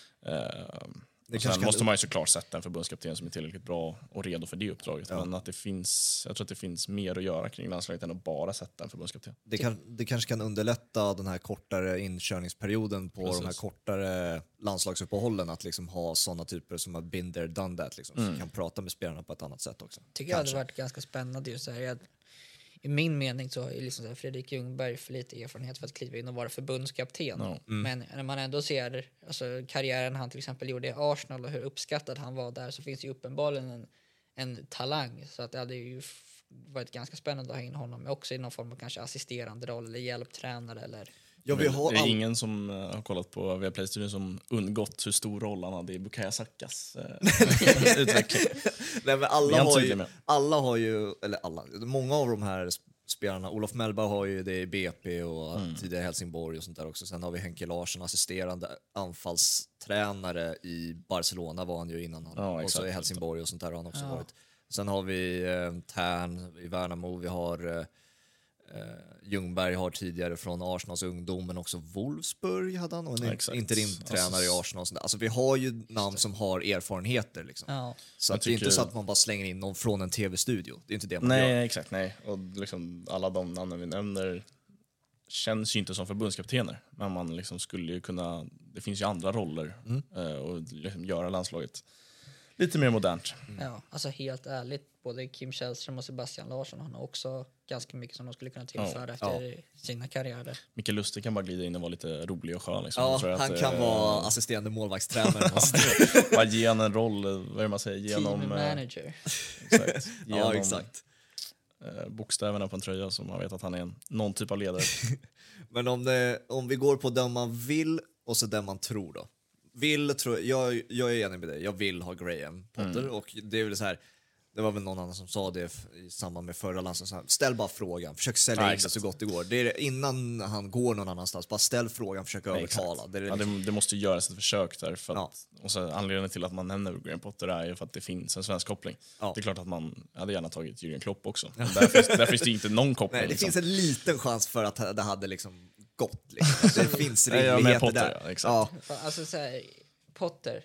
Eh, och sen måste man ju såklart sätta en förbundskapten som är tillräckligt bra och redo för det uppdraget. Ja. Men att det finns, jag tror att det finns mer att göra kring landslaget än att bara sätta en förbundskapten. Det, kan, det kanske kan underlätta den här kortare inkörningsperioden på Precis. de här kortare landslagsuppehållen, att liksom ha sådana typer som har been there, done that, liksom, mm. som kan prata med spelarna på ett annat sätt också. Tycker jag hade varit ganska spännande just så här, jag, i min mening så är liksom så här, Fredrik Ljungberg för lite erfarenhet för att kliva in och vara förbundskapten. No. Mm. Men när man ändå ser alltså, karriären han till exempel gjorde i Arsenal och hur uppskattad han var där, så finns det ju uppenbarligen en, en talang. Så att det hade ju varit ganska spännande att ha in honom också i någon form av kanske assisterande roll eller hjälptränare eller... Ja, vi har det är all... ingen som uh, har kollat på Viaplay-studion som undgått hur stor roll han hade i Bukayo Sakas uh, utveckling. Nej, men alla har ju, alla har ju, eller alla, många av de här spelarna, Olof Mellberg har ju det i B P och mm. tidigare Helsingborg och sånt där också. Sen har vi Henke Larsson, assisterande anfallstränare i Barcelona var han ju innan han, ja, och så i Helsingborg och sånt där har han också ja. varit. Sen har vi eh, Tern i Värnamo, vi har eh, Uh, Ljungberg har tidigare från Arsenals ungdom, men också Wolfsburg hade han, och en ja, interimtränare alltså, i Arsenal. Alltså, vi har ju namn som har erfarenheter. Liksom. Ja. Så att det är inte så att man bara slänger in någon från en tv-studio. Det är inte det man nej, gör. Nej, exakt. Nej. Och liksom, alla de namnen vi nämner känns ju inte som förbundskaptener. Men man liksom skulle ju kunna... Det finns ju andra roller mm. uh, och liksom göra landslaget lite mer modernt. Mm. Ja, alltså helt ärligt, både Kim Källström och Sebastian Larsson har också ganska mycket som de skulle kunna tillföra ja. efter ja. sina karriärer. Mikael Lustig kan bara glida in och vara lite rolig och skön. Liksom. Ja, han att, kan äh, vara assisterande målvaktstränare. Bara ge en en roll, vad är det man säger? Genom, Team manager. Äh, exakt. Genom, ja, exakt. Äh, bokstäverna på en tröja som man vet att han är en, någon typ av ledare. Men om, det, om vi går på den man vill och så den man tror då. Vill, tror, jag, jag är enig med dig. Jag vill ha Graham Potter. Mm. Och det är väl så här, det var väl någon annan som sa det i samband med förra landslaget. Ställ bara frågan, försök sälja ja, in det så gott det går. Det är innan han går någon annanstans, bara ställ frågan, försök ja, övertala. Det, är ja, det, det måste göras ett försök där. För att, ja. och så anledningen till att man nämner Graham Potter är ju för att det finns en svensk koppling. Ja. Det är klart att man hade gärna tagit Jürgen Klopp också. Ja. Där, finns, där finns det inte någon koppling. Nej, det liksom. finns en liten chans för att det hade liksom gått. Liksom. Det finns rimligheter Potter, där. Ja, exakt. Ja. Alltså så här, Potter,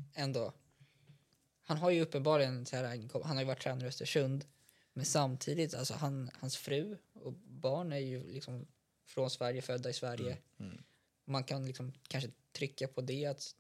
ändå, han har ju uppenbarligen så här, han har ju varit tränare i Östersund, men samtidigt, alltså han, hans fru och barn är ju liksom från Sverige, födda i Sverige. Mm. Mm. Man kan liksom kanske trycka på det, att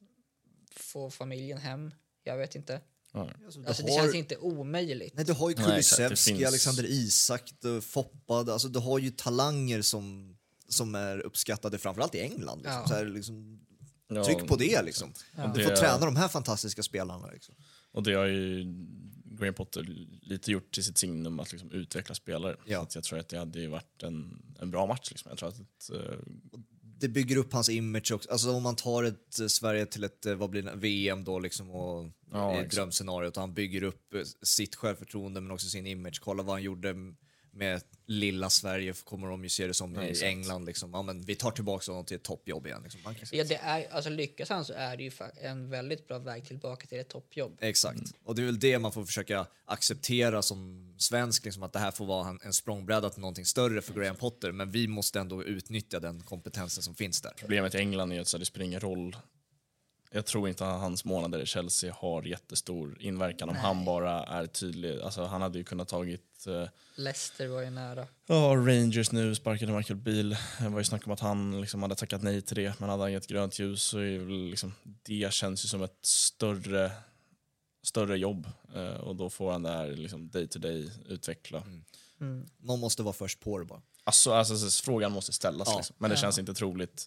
få familjen hem. Jag vet inte. Ja. Alltså, Alltså, du det har, känns inte omöjligt. nej, du har ju Nej, exakt, det Kulusevski, finns- Alexander Isak, du, Foppa. Alltså, du har ju talanger som, som är uppskattade framförallt i England. Liksom. Ja. Så här, liksom, Ja, tryck på det liksom. Ja. Du får Det- träna de här fantastiska spelarna. Liksom. Och det har ju Graham Potter lite gjort till sitt signum att liksom utveckla spelare. Ja. Så att jag tror att det hade ju varit en, en bra match. Liksom. Jag tror att, eh, Det bygger upp hans image också. Alltså om man tar ett eh, Sverige till ett eh, vad blir det, V M då liksom och Ja, i exakt. drömscenariot, och han bygger upp eh, sitt självförtroende men också sin image. Kolla vad han gjorde med lilla Sverige, kommer de ju se det som Ja, i exakt. England liksom. Ja, men vi tar tillbaka honom till ett toppjobb igen liksom. Man kan Ja, det är, alltså lyckas han så är det ju fa- en väldigt bra väg tillbaka till ett toppjobb. Exakt. Mm. Och det är väl det man får försöka acceptera som svensk, liksom, att det här får vara en, en språngbräda till någonting större för Graham Potter, men vi måste ändå utnyttja den kompetensen som finns där. problemet i England är att så det spelar ingen roll. Jag tror inte att hans månader i Chelsea har jättestor inverkan om Nej. han bara är tydlig. Alltså, han hade ju kunnat tagit eh, Leicester var ju nära. ja, Rangers nu, sparkade Michael Beale. Det var ju snack om att han liksom hade tackat nej till det, men hade han gett grönt ljus så är väl liksom, det känns ju som ett större, större jobb. Eh, och då får han det här liksom, day to day utveckla. Mm. Någon måste vara först på det bara. Alltså, alltså så frågan måste ställas, Ja. liksom. Men det Ja. känns inte troligt.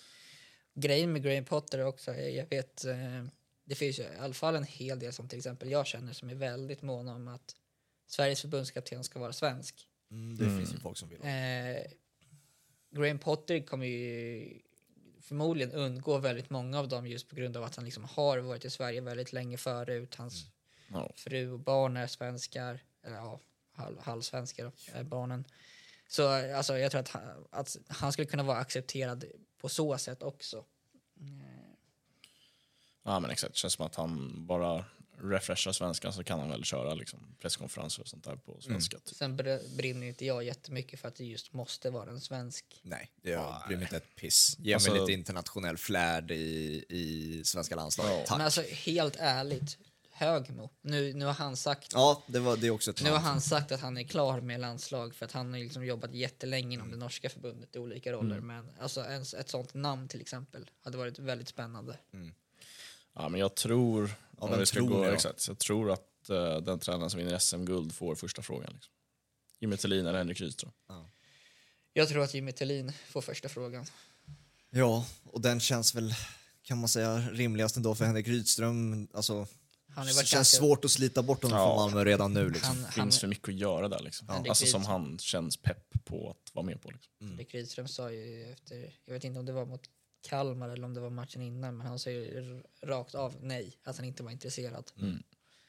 Grejen med Graham Potter också, jag jag vet, eh, det finns ju i alla fall en hel del som till exempel jag känner som är väldigt måna om att Sveriges förbundskapten ska vara svensk. Mm, det Mm. finns ju folk som vill. Eh, Graham Potter kommer ju förmodligen undgå väldigt många av dem just på grund av att han liksom har varit i Sverige väldigt länge förut. Hans Ja. fru och barn är svenskar, eller ja, halv, halvsvenskar är barnen. Så alltså, jag tror att han, att han skulle kunna vara accepterad på så sätt också. Ja, men exakt. Det känns som att han bara refreshar svenskan så kan han väl köra liksom, presskonferenser och sånt där på svenska. Typ. Sen br- brinner inte jag jättemycket för att det just måste vara en svensk. Nej, jag bryr mig inte ett piss. Ge Alltså- mig lite internationell flärd i, i svenska landslaget. Ja. Tack. Men alltså helt ärligt, Högmo. Nu, nu har han sagt Ja, det, var, det är också ett Nu har namn. han sagt att han är klar med landslag för att han har liksom jobbat jättelänge inom det norska förbundet i olika roller. Men alltså en, ett sånt namn till exempel hade varit väldigt spännande. Ja, men jag tror, Ja, om vem vi ska tror gå, ni då? exakt, så jag tror att uh, den tränaren som vinner S M-guld får första frågan. Liksom. Jimmy Thelin eller Henrik Rydström. Jag tror att Jimmy Thelin får första frågan. Ja, och den känns väl, kan man säga, rimligast ändå för Henrik Rydström. Alltså, Han har det ju känns varit ganska... svårt att slita bort honom Ja. från Malmö redan nu. Liksom. Han, Det han, finns för mycket att göra där. Liksom. Henrik Alltså som Rydström. han känns pepp på att vara med på. Liksom. Henrik Rydström sa ju efter, jag vet inte om det var mot Kalmar eller om det var matchen innan, men han sa ju r- rakt av nej, att han inte var intresserad. Mm.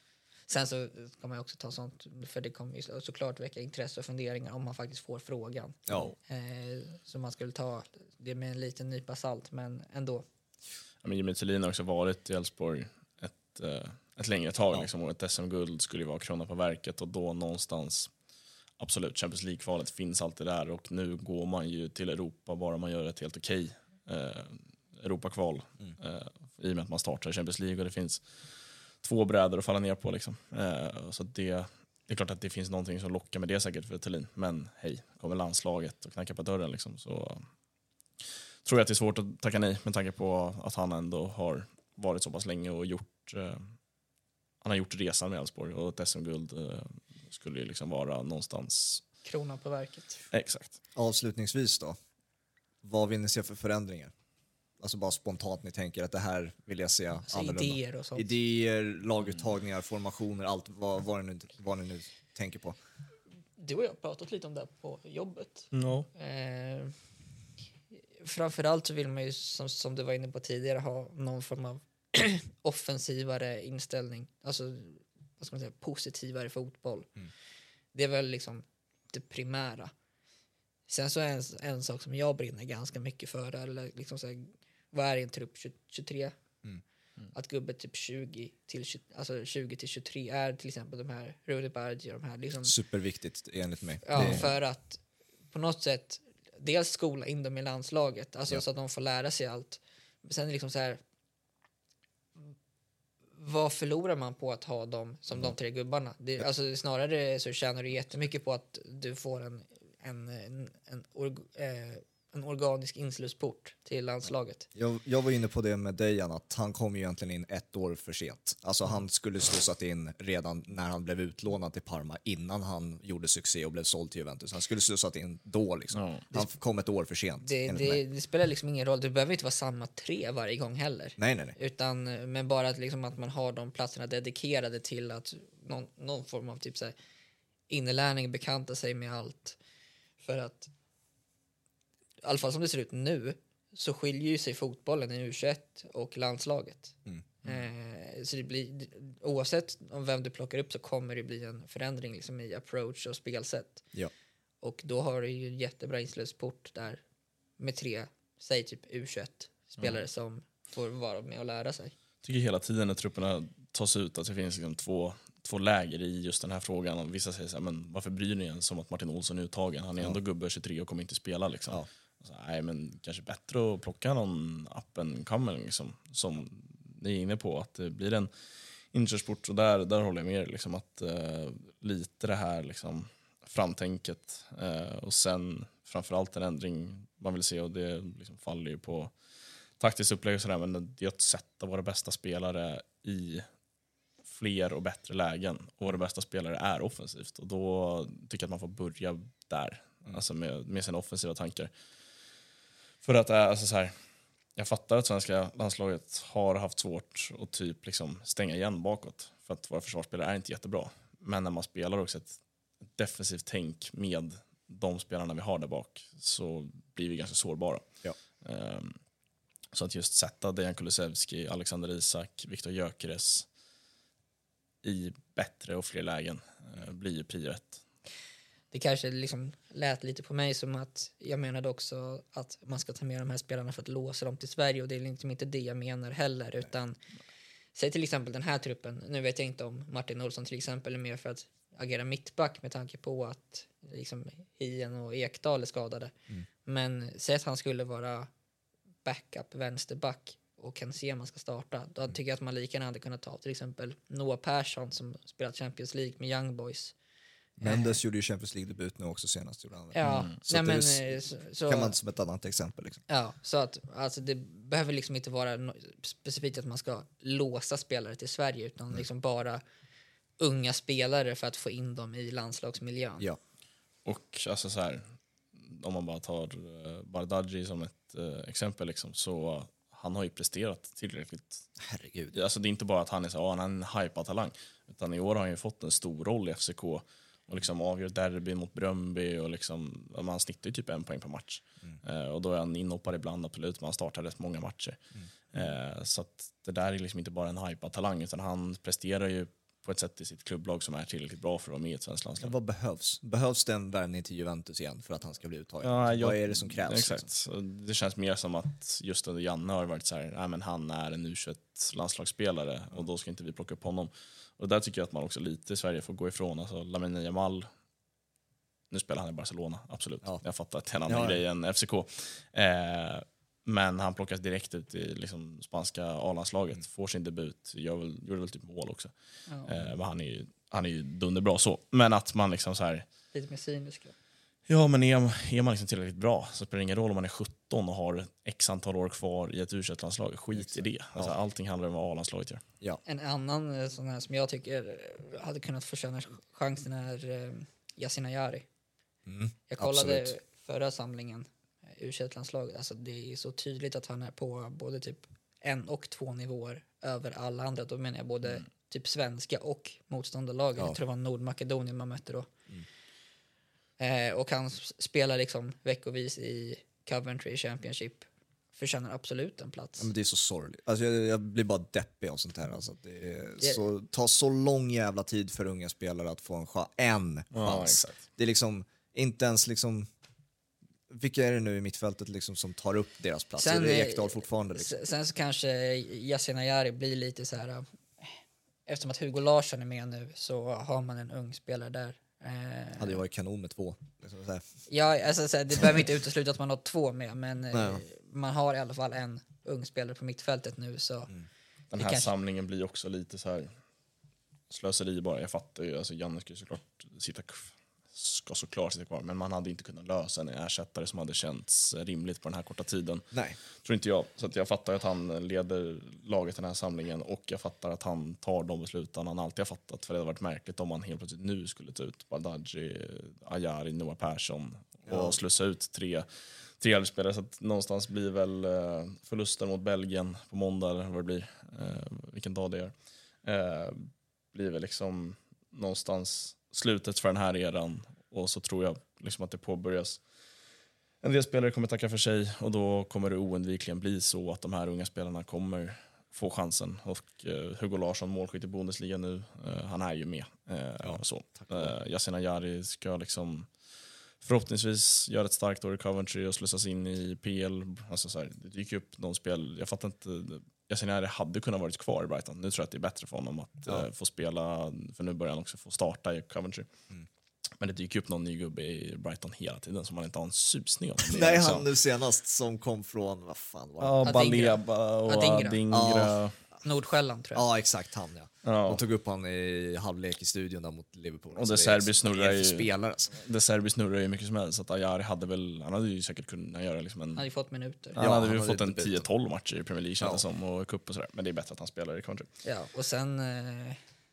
Sen så ska man ju också ta sånt, för det kommer ju så- såklart väcka intresse och funderingar om man faktiskt får frågan. Ja. Eh, så man skulle ta det med en liten nypa salt, men ändå. Ja, men Jimmy Thelin har också varit i Elfsborg ett, eh, ett längre tag. Ja. Liksom, och ett S M-guld skulle ju vara krona på verket och då någonstans, absolut, Champions League-kvalet finns alltid där och nu går man ju till Europa bara man gör ett helt okej eh, Europakval. Mm. Eh, I och med att man startar i Champions League och det finns två brädor att falla ner på. Liksom. Eh, så det, det är klart att det finns någonting som lockar med det säkert för Thelin. Men hej, kommer landslaget och knackar på dörren liksom, så tror jag att det är svårt att tacka nej med tanke på att han ändå har varit så pass länge och gjort eh, han har gjort resan med Elfsborg och ett S M-guld eh, skulle ju liksom vara någonstans Kronan på verket. exakt. Avslutningsvis då, vad vill ni se för förändringar? Alltså bara spontant ni tänker att det här vill jag se Alltså annorlunda. idéer och sånt. Idéer, laguttagningar, formationer, allt vad, vad, ni nu, vad ni nu tänker på. Du och jag har pratat lite om det här på jobbet. No. Eh, framförallt så vill man ju, som, som du var inne på tidigare, ha någon form av offensivare inställning. Alltså, vad ska man säga, positivare fotboll. Mm. Det är väl liksom det primära. Sen så är en, en sak som jag brinner ganska mycket för, eller liksom så här, vad är en trupp tjugotre? Mm. Mm. Att gubbe typ tjugo till tjugo, alltså tjugo till tjugotre är till exempel de här Rudy Berge och de här liksom, Superviktigt enligt mig. ja, Det- för att på något sätt dels skola in dem i landslaget, alltså Ja. så att de får lära sig allt. Men sen liksom så här, vad förlorar man på att ha dem som mm. de tre gubbarna? Det, alltså, snarare så tjänar du jättemycket på att du får en, en, en, en, org, eh, en organisk inslusport till landslaget. Jag, jag var inne på det med Dejan, att han kom ju egentligen in ett år för sent. Alltså han skulle slussat in redan när han blev utlånad till Parma, innan han gjorde succé och blev såld till Juventus. Han skulle slussat in då liksom. Mm. Han kom ett år för sent. Det, det, det spelar liksom ingen roll. Det behöver inte vara samma tre varje gång heller. Nej, nej, nej. Utan, men bara att, liksom, att man har de platserna dedikerade till att någon, någon form av typ så här, inlärning, bekanta sig med allt. För att i alla fall som det ser ut nu så skiljer ju sig fotbollen i U tjugoett och landslaget. Mm. Mm. Eh, så det blir, oavsett om vem du plockar upp så kommer det bli en förändring liksom i approach och spelsätt. Ja. Och då har du ju en jättebra inslutsport där med tre, säg typ U tjugoett spelare mm. som får vara med och lära sig. Jag tycker hela tiden när trupperna tas ut att det finns liksom två, två läger i just den här frågan. Och vissa säger så här, men varför bryr ni er som att Martin Olsson är uttagen? Han är ja. ändå gubbe tjugotre och kommer inte spela liksom. Ja. Så, nej, men kanske bättre att plocka någon appen coming liksom, som ni är inne på, att det blir en inkörsport. Och där, där håller jag med liksom, att uh, lite det här liksom, framtänket uh, och sen framförallt en ändring man vill se, och det liksom faller ju på taktiskt upplägg och sådär, men det är att sätta våra bästa spelare i fler och bättre lägen, och våra bästa spelare är offensivt, och då tycker jag att man får börja där, mm. alltså med, med sina offensiva tankar. För att alltså så här, jag fattar att svenska landslaget har haft svårt att typ liksom stänga igen bakåt, för att våra försvarsspelare är inte jättebra. Men när man spelar också ett defensivt tänk med de spelarna vi har där bak, så blir vi ganska sårbara. Ja. Um, så att just sätta Dejan Kulusevski, Alexander Isak, Viktor Gyökeres i bättre och fler lägen uh, blir ju prio ett. Det kanske liksom lät lite på mig som att jag menade också att man ska ta med de här spelarna för att låsa dem till Sverige, och det är liksom inte det jag menar heller, utan säg till exempel den här truppen, nu vet jag inte om Martin Olsson till exempel är med för att agera mittback med tanke på att liksom Hien och Ekdal är skadade, mm. men säg att han skulle vara backup vänsterback och kan se om man ska starta, då tycker jag att man lika gärna hade kunnat ta till exempel Noah Persson som spelat Champions League med Young Boys. Mendes gjorde ju Champions League-debut nu också senast. Gjorde han. Ja, mm. Så, nej, det men, så, så kan man som ett annat exempel. Liksom. Ja, så att alltså, det behöver liksom inte vara no- specifikt att man ska låsa spelare till Sverige, utan mm. liksom bara unga spelare för att få in dem i landslagsmiljön. Ja. Och alltså så här, om man bara tar uh, Bardghji som ett uh, exempel liksom, så uh, han har ju presterat tillräckligt. Herregud. Alltså det är inte bara att han är så, oh, han är en hypad talang, utan i år har han ju fått en stor roll i F C K och liksom avgör derby mot Bröndby, och liksom man snittar ju typ en poäng per match. Mm. Uh, och då är han inhoppare ibland, absolut, man startar rätt många matcher. Mm. Uh, så att det där är liksom inte bara en hypad talang, utan han presterar ju på ett sätt i sitt klubblag som är tillräckligt bra för att vara med i ett svenskt landslag. Vad behövs? Behövs det en värvning till Juventus igen för att han ska bli uttagen? Ja, jag, vad är det som krävs? Exakt. Liksom? Det känns mer som att just under Janne har varit så här, nej, men han är en U tjugoett-landslagsspelare och då ska inte vi plocka upp honom. Och där tycker jag att man också lite i Sverige får gå ifrån. Alltså Lamine Yamal, nu spelar han i Barcelona, absolut. Ja. Jag fattar att det är en annan ja, grej än F C K. Eh, men han plockas direkt ut i liksom spanska A-landslaget, mm. får sin debut, gör väl, gjorde väl typ mål också. Ja. Eh, men han är ju, han är ju dunderbra så. Men att man liksom så här... Lite mer cynisk. Ja, men är, är man liksom tillräckligt bra så spelar det ingen roll om man är sjutton och har x antal år kvar i ett U tjugoett-landslag. Skit Exakt. i det. Alltså, ja. Allting handlar om vad A-landslaget gör. Ja. En annan sån här som jag tycker hade kunnat förtjäna chansen är uh, Yasin Ayari. Mm, jag kollade absolut. förra samlingen U tjugoett-landslaget. Alltså, det är så tydligt att han är på både typ en och två nivåer över alla andra. Då menar jag både mm. typ svenska och motståndarlaget. Ja. Jag tror det var Nordmakedonien man mötte då. Mm. Eh, och han spelar liksom veckovis i Coventry Championship. Förtjänar absolut en plats. Ja, men det är så sorgligt. Alltså jag, jag blir bara deppig av sånt här. Alltså det är så, tar så lång jävla tid för unga spelare att få en, chans, en chans. Ja, det är liksom inte ens liksom... Vilka är det nu i mittfältet liksom som tar upp deras plats? Sen, är det Ekdal fortfarande? Liksom? Sen så kanske Yasin Ayari blir lite så här... Eftersom att Hugo Larsson är med nu så har man en ung spelare där. Eh, hade ju varit kanon med två. Liksom så här. Ja, alltså, så här, det behöver inte utesluta att man har två med, men eh, man har i alla fall en ung spelare på mittfältet nu. Så. Mm. den här kanske... samlingen blir också lite så här slöseri bara. Jag fattar ju, alltså Janne ska såklart sitta, ska såklart sitta kvar, men man hade inte kunnat lösa en ersättare som hade känts rimligt på den här korta tiden. Nej. Tror inte jag. Så att jag fattar att han leder laget den här samlingen, och jag fattar att han tar de besluten han alltid har fattat, för det hade varit märkligt om han helt plötsligt nu skulle ta ut Baldaggi, Ajari, Noah Persson och ja. slussa ut tre tre spelare. Så att någonstans blir väl förlusten mot Belgien på måndag, eller vad det blir, eh, vilken dag det är, eh, blir väl liksom någonstans slutet för den här eran, och så tror jag liksom att det påbörjas. En del spelare kommer tacka för sig, och då kommer det oundvikligen bli så att de här unga spelarna kommer få chansen. Och eh, Hugo Larsson, målskytt i Bundesliga nu, eh, han är ju med. Eh, ja, så. Eh, Yasin Ajari ska liksom förhoppningsvis göra ett starkt år i Coventry och slussas in i P L. Alltså så här, det dyker upp någon spel. Jag fattar inte. Yasin Ajari hade kunnat varit kvar i Brighton. Nu tror jag att det är bättre för honom att ja. eh, få spela, för nu börjar han också få starta i Coventry. Mm. Men det dyker upp någon ny gubbe i Brighton hela tiden som man inte har en susning om. Nej, han nu senast som kom från, vad fan var det? Ja, Baleba och Adingra. Adingra. Ja. Nordsjälland tror jag. Ja, exakt han, ja. Ja. De tog upp han i halvlek i studion där mot Liverpool. Och det Serbi snurrar ju spelare, alltså. Det Serbi snurrar ju mycket som helst, så att Ajari hade väl, han hade ju säkert kunnat göra liksom en, han hade ju fått minuter. Han ja, hade ju han fått hade en tio tolv matcher i Premier League känns det ja. som, och cup och sådär. Men det är bättre att han spelar i Coventry. Ja, och sen eh,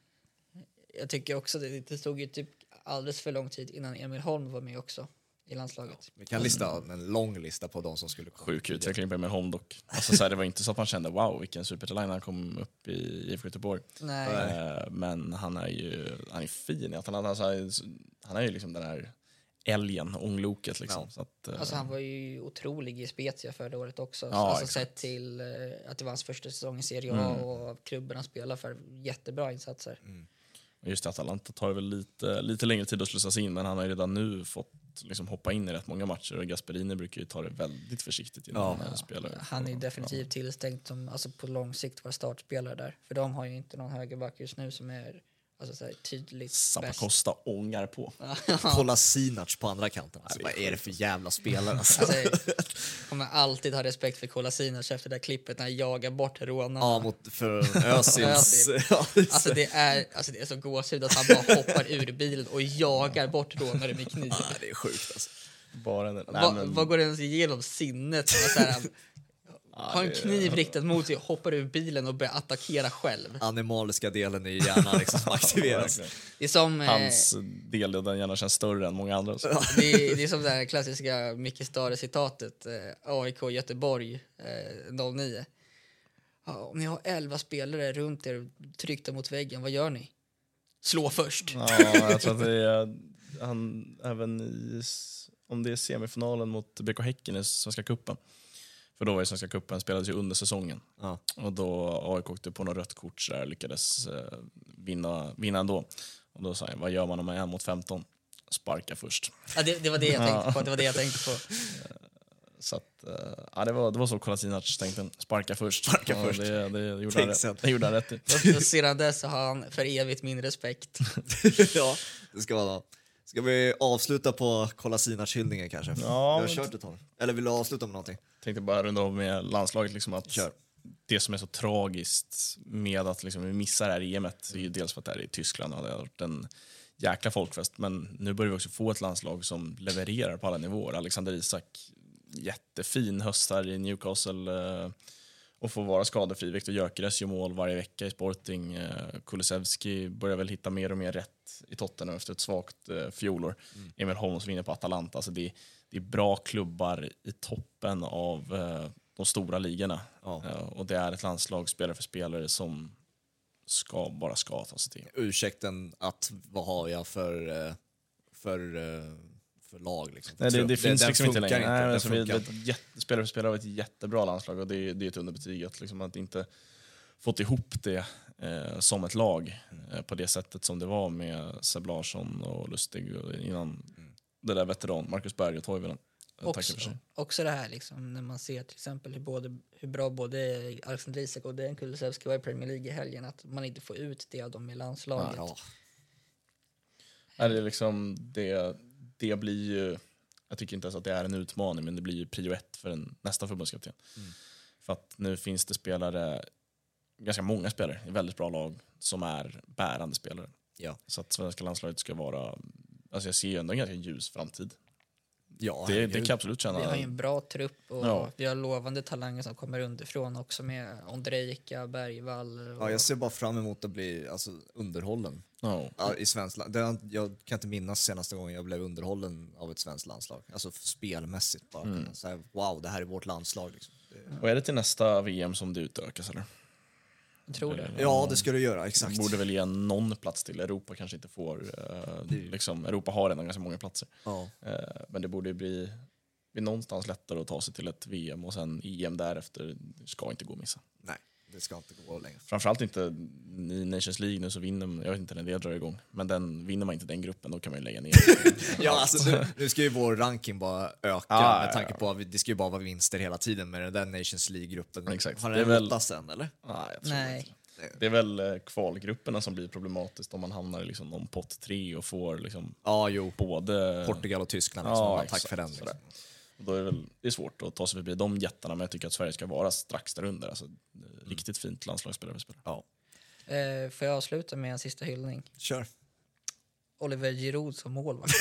jag tycker också det, det stod ju typ alldeles för lång tid innan Emil Holm var med också i landslaget. Ja, vi kan lista en lång lista på de som skulle komma. Sjuk utveckling på Emil Holm dock. Alltså, så här, det var inte så att man kände wow vilken supertalang han kom upp i I F K Göteborg. Nej. Eh, men han är ju han är fin. Att han, alltså, han är ju liksom den här älgen, ångloket liksom. Ja. Så att, eh, alltså han var ju otrolig i Spezia förra året också. Ja, alltså exakt. sett till eh, att det var hans första säsong i Serie A Mm. och klubben han spelar för. Jättebra insatser. Mm. Just det, Atalanta tar väl lite, lite längre tid att slussas in, men han har ju redan nu fått liksom hoppa in i rätt många matcher, och Gasperini brukar ju ta det väldigt försiktigt innan Ja. han spelar. Han är ju definitivt tillstänkt som alltså på lång sikt vara startspelare där. För de har ju inte någon högerback just nu som är alltså så här tydligt Samma bäst. Costa ångar på. Kolasinac på andra kanten. Alltså, vad är det för jävla spelare? Alltså? Alltså, jag kommer alltid ha respekt för Kolasinac efter det där klippet när han jagar bort rånarna. Ja, mot, för Özils. Ja, Alltså det, är, alltså det är så gåshud att han bara hoppar ur bilen och jagar bort rånare med kniv. ja, det är sjukt alltså. Bara en, nej, Va, men, vad går det ens igenom sinnet? Så här, har en kniv riktad mot sig, hoppar ur bilen och börjar attackera själv. Animaliska delen i hjärnan liksom, som aktiveras. Det är som, eh, hans del av den gärna känns större än många andra. det, är, det är som det här klassiska Micke Stare-citatet, eh, A I K Göteborg eh, noll nio. Ja, om ni har elva spelare runt er tryckta mot väggen, vad gör ni? Slå först. Ja, jag tror att det är han även i, om det är semifinalen mot B K Häcken i Svenska cupen. För då var ju Svenska cupen spelades ju under säsongen. Ja. Och då A I K åkte på något rött kort så där, lyckades eh, vinna, vinna ändå. Och då sa jag, vad gör man om man är en mot femton? Sparka först. Ja, det, det var det jag tänkte på. Det var det jag tänkte på. Så att, ja, det var, det var så Kolasinac tänkte, sparka först. Sparka ja, först. Det, det, gjorde han rätt, det gjorde han rätt i. Och sedan dess har han för evigt min respekt. Ja, det ska vara. Ska vi avsluta på Kolasinac-hyllningen kanske? Ja, du har men... kört ett tag. Eller vill du avsluta med någonting? Tänkte bara runda av med landslaget. Liksom att Kör. Det som är så tragiskt med att liksom, vi missar det här E M:et är ju dels för att det är i Tyskland och det har varit en jäkla folkfest. Men nu börjar vi också få ett landslag som levererar på alla nivåer. Alexander Isak, jättefin höst här i Newcastle eh, och får vara skadefri. Viktor Gyökeres gör mål varje vecka i Sporting. Eh, Kulusevski börjar väl hitta mer och mer rätt i Tottenham efter ett svagt eh, fjolår. Mm. Emil Holm vinner på Atalanta. Alltså det, det är bra klubbar i toppen av eh, de stora ligorna. Ja. Eh, och det är ett landslag spelare för spelare som ska, bara ska ta sig till. Ursäkten att vad har jag för, för, för lag liksom. Nej, det, det, det finns den liksom inte längre. Inte. Nej, alltså, vi, ett jätte, spelare för spelare av ett jättebra landslag, och det, det är ett underbetyg att, liksom, att inte fått ihop det eh, som ett lag eh, på det sättet som det var med Seb Larsson och Lustig och innan mm. det där veteran Marcus Berg och Toivonen. Också, också det här liksom, när man ser till exempel hur, både, hur bra både Alexander Isak och Dejan Kulusevski var i Premier League i helgen, att man inte får ut det av dem i landslaget. Ja, ja. Det, är liksom, det, det blir ju, jag tycker inte ens att det är en utmaning, men det blir ju prio ett för en, nästa förbundskapten. Mm. För att nu finns det spelare ganska många spelare i väldigt bra lag som är bärande spelare. Ja. Så att svenska landslaget ska vara... Alltså jag ser ju ändå en ganska ljus framtid. Ja, Det, det kan absolut känna... Vi har ju en bra trupp och Ja. vi har lovande talanger som kommer underifrån också med Ondrejka, Bergvall. Och... Ja, jag ser bara fram emot att bli alltså, underhållen Ja. ja, i svensk land. Det är, jag kan inte minnas senaste gången jag blev underhållen av ett svenskt landslag. Alltså spelmässigt bara. Mm. Så här, wow, det här är vårt landslag. Liksom. Det... Och är det till nästa V M som det utökas eller? Jag tror det. Ja, det ska du göra, exakt. Borde väl ge någon plats till. Europa kanske inte får... Eh, liksom, Europa har redan ganska många platser. Ja. Eh, men det borde bli, bli någonstans lättare att ta sig till ett V M och sen E M därefter ska inte gå att missa. Nej, det ska inte gå längre. Framförallt inte i Nations League nu så vinner, jag vet inte när det drar igång, men den, vinner man inte den gruppen då kan man ju lägga ner. Ja, alltså nu, nu ska ju vår ranking bara öka Ah, med tanke ja, på att vi, det ska ju bara vara vinster hela tiden med den där Nations League-gruppen. Exakt. Har Det den är väl- hotats sen, eller? Ah, jag tror Nej. inte. Det är väl eh, kvalgrupperna som blir problematiskt om man hamnar i liksom någon pott tre och får liksom Ja, jo. både... Portugal och Tyskland, liksom. Ja, Ja, tack exakt, för den. sådär. Liksom. Och då är det, väl, det är svårt att ta sig förbi de jättarna, men jag tycker att Sverige ska vara strax där under. Alltså, mm. Riktigt fint landslagsspelare vi spelar. Ja, Eh, får jag avsluta med en sista hyllning? kör. Oliver Giroud som målvakt.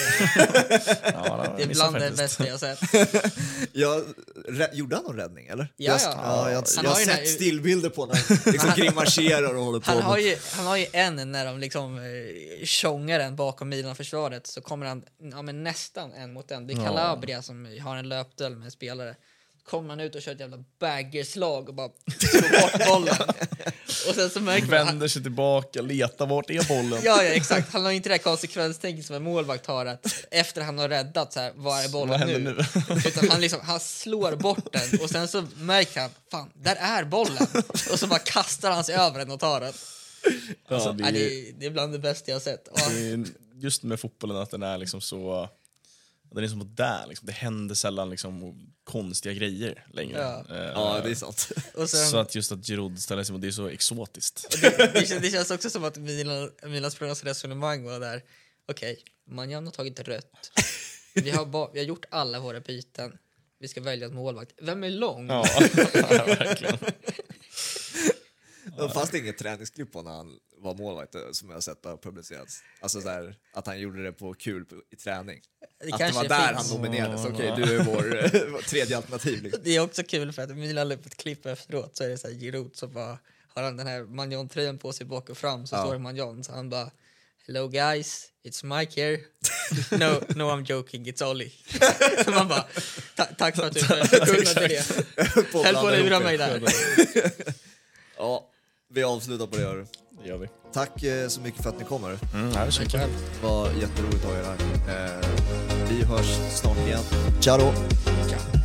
Ja, Det är bland det bästa jag sett. Jag, rä- gjorde han någon räddning, eller? Ja, jag, ja. ja jag, Han jag har har ju den sett här- stillbilder på när han liksom grimaserar och håller på. Han har, med- ju, han har ju en när de liksom eh, tjongar den bakom Milan-försvaret så kommer han ja, men nästan en mot en. Det är Ja. Calabria som har en löpduell med en spelare. Kommer han ut och kör ett jävla baggerslag och bara slår bort bollen. Och sen så märker man... Han, Vänder sig tillbaka, letar vart är bollen. ja, ja, exakt. Han har inte det här konsekvenstänket som en målvakt har att efter han har räddat så här, var är bollen Vad händer nu? nu? Utan han, liksom, han slår bort den och sen så märker han, fan, där är bollen. Och så bara kastar han sig över den och tar den. Alltså, det, Ja, är, det, är, det är bland det bästa jag har sett. Och, det är just med fotbollen att den är liksom så... Den är så modern. Liksom. Det händer sällan liksom, konstiga grejer längre. Ja. Eh, Ja, det är sant. och sen, Så att just att Giroud ställer sig mot det är så exotiskt. det, det, känns, det känns också som att Milan, Milans spelarnas resonemang var där. Okej, okay, Manjan har tagit rött. Vi har, ba, vi har gjort alla våra byten. Vi ska välja en målvakt. Vem är lång? Ja, ja, verkligen. Det fanns det inget träningsklipp på när han var målvakt som jag har sett har publicerats. Alltså där, att han gjorde det på kul på, i träning. Det att det var kanske där finns. han nominerades. Okej, du är vår, vår tredje alternativ. Liksom. Det är också kul för att Milan la upp ett klipp efteråt så är det så här Giroud som bara har han den här Manjon-tröjan på sig bak och fram så Ja. står det Manjon så han bara hello guys, it's Mike here. No, no I'm joking, it's Ollie. Man bara ta- tack för att du kunnade det. Höll på att lura mig där. Ja, vi avslutar på det. Hör. Det gör vi. Tack eh, så mycket för att ni kommer. Mm, det är så kul. Det var jätteroligt att ha er här. Eh, vi hörs snart igen. Ciao då! Ciao.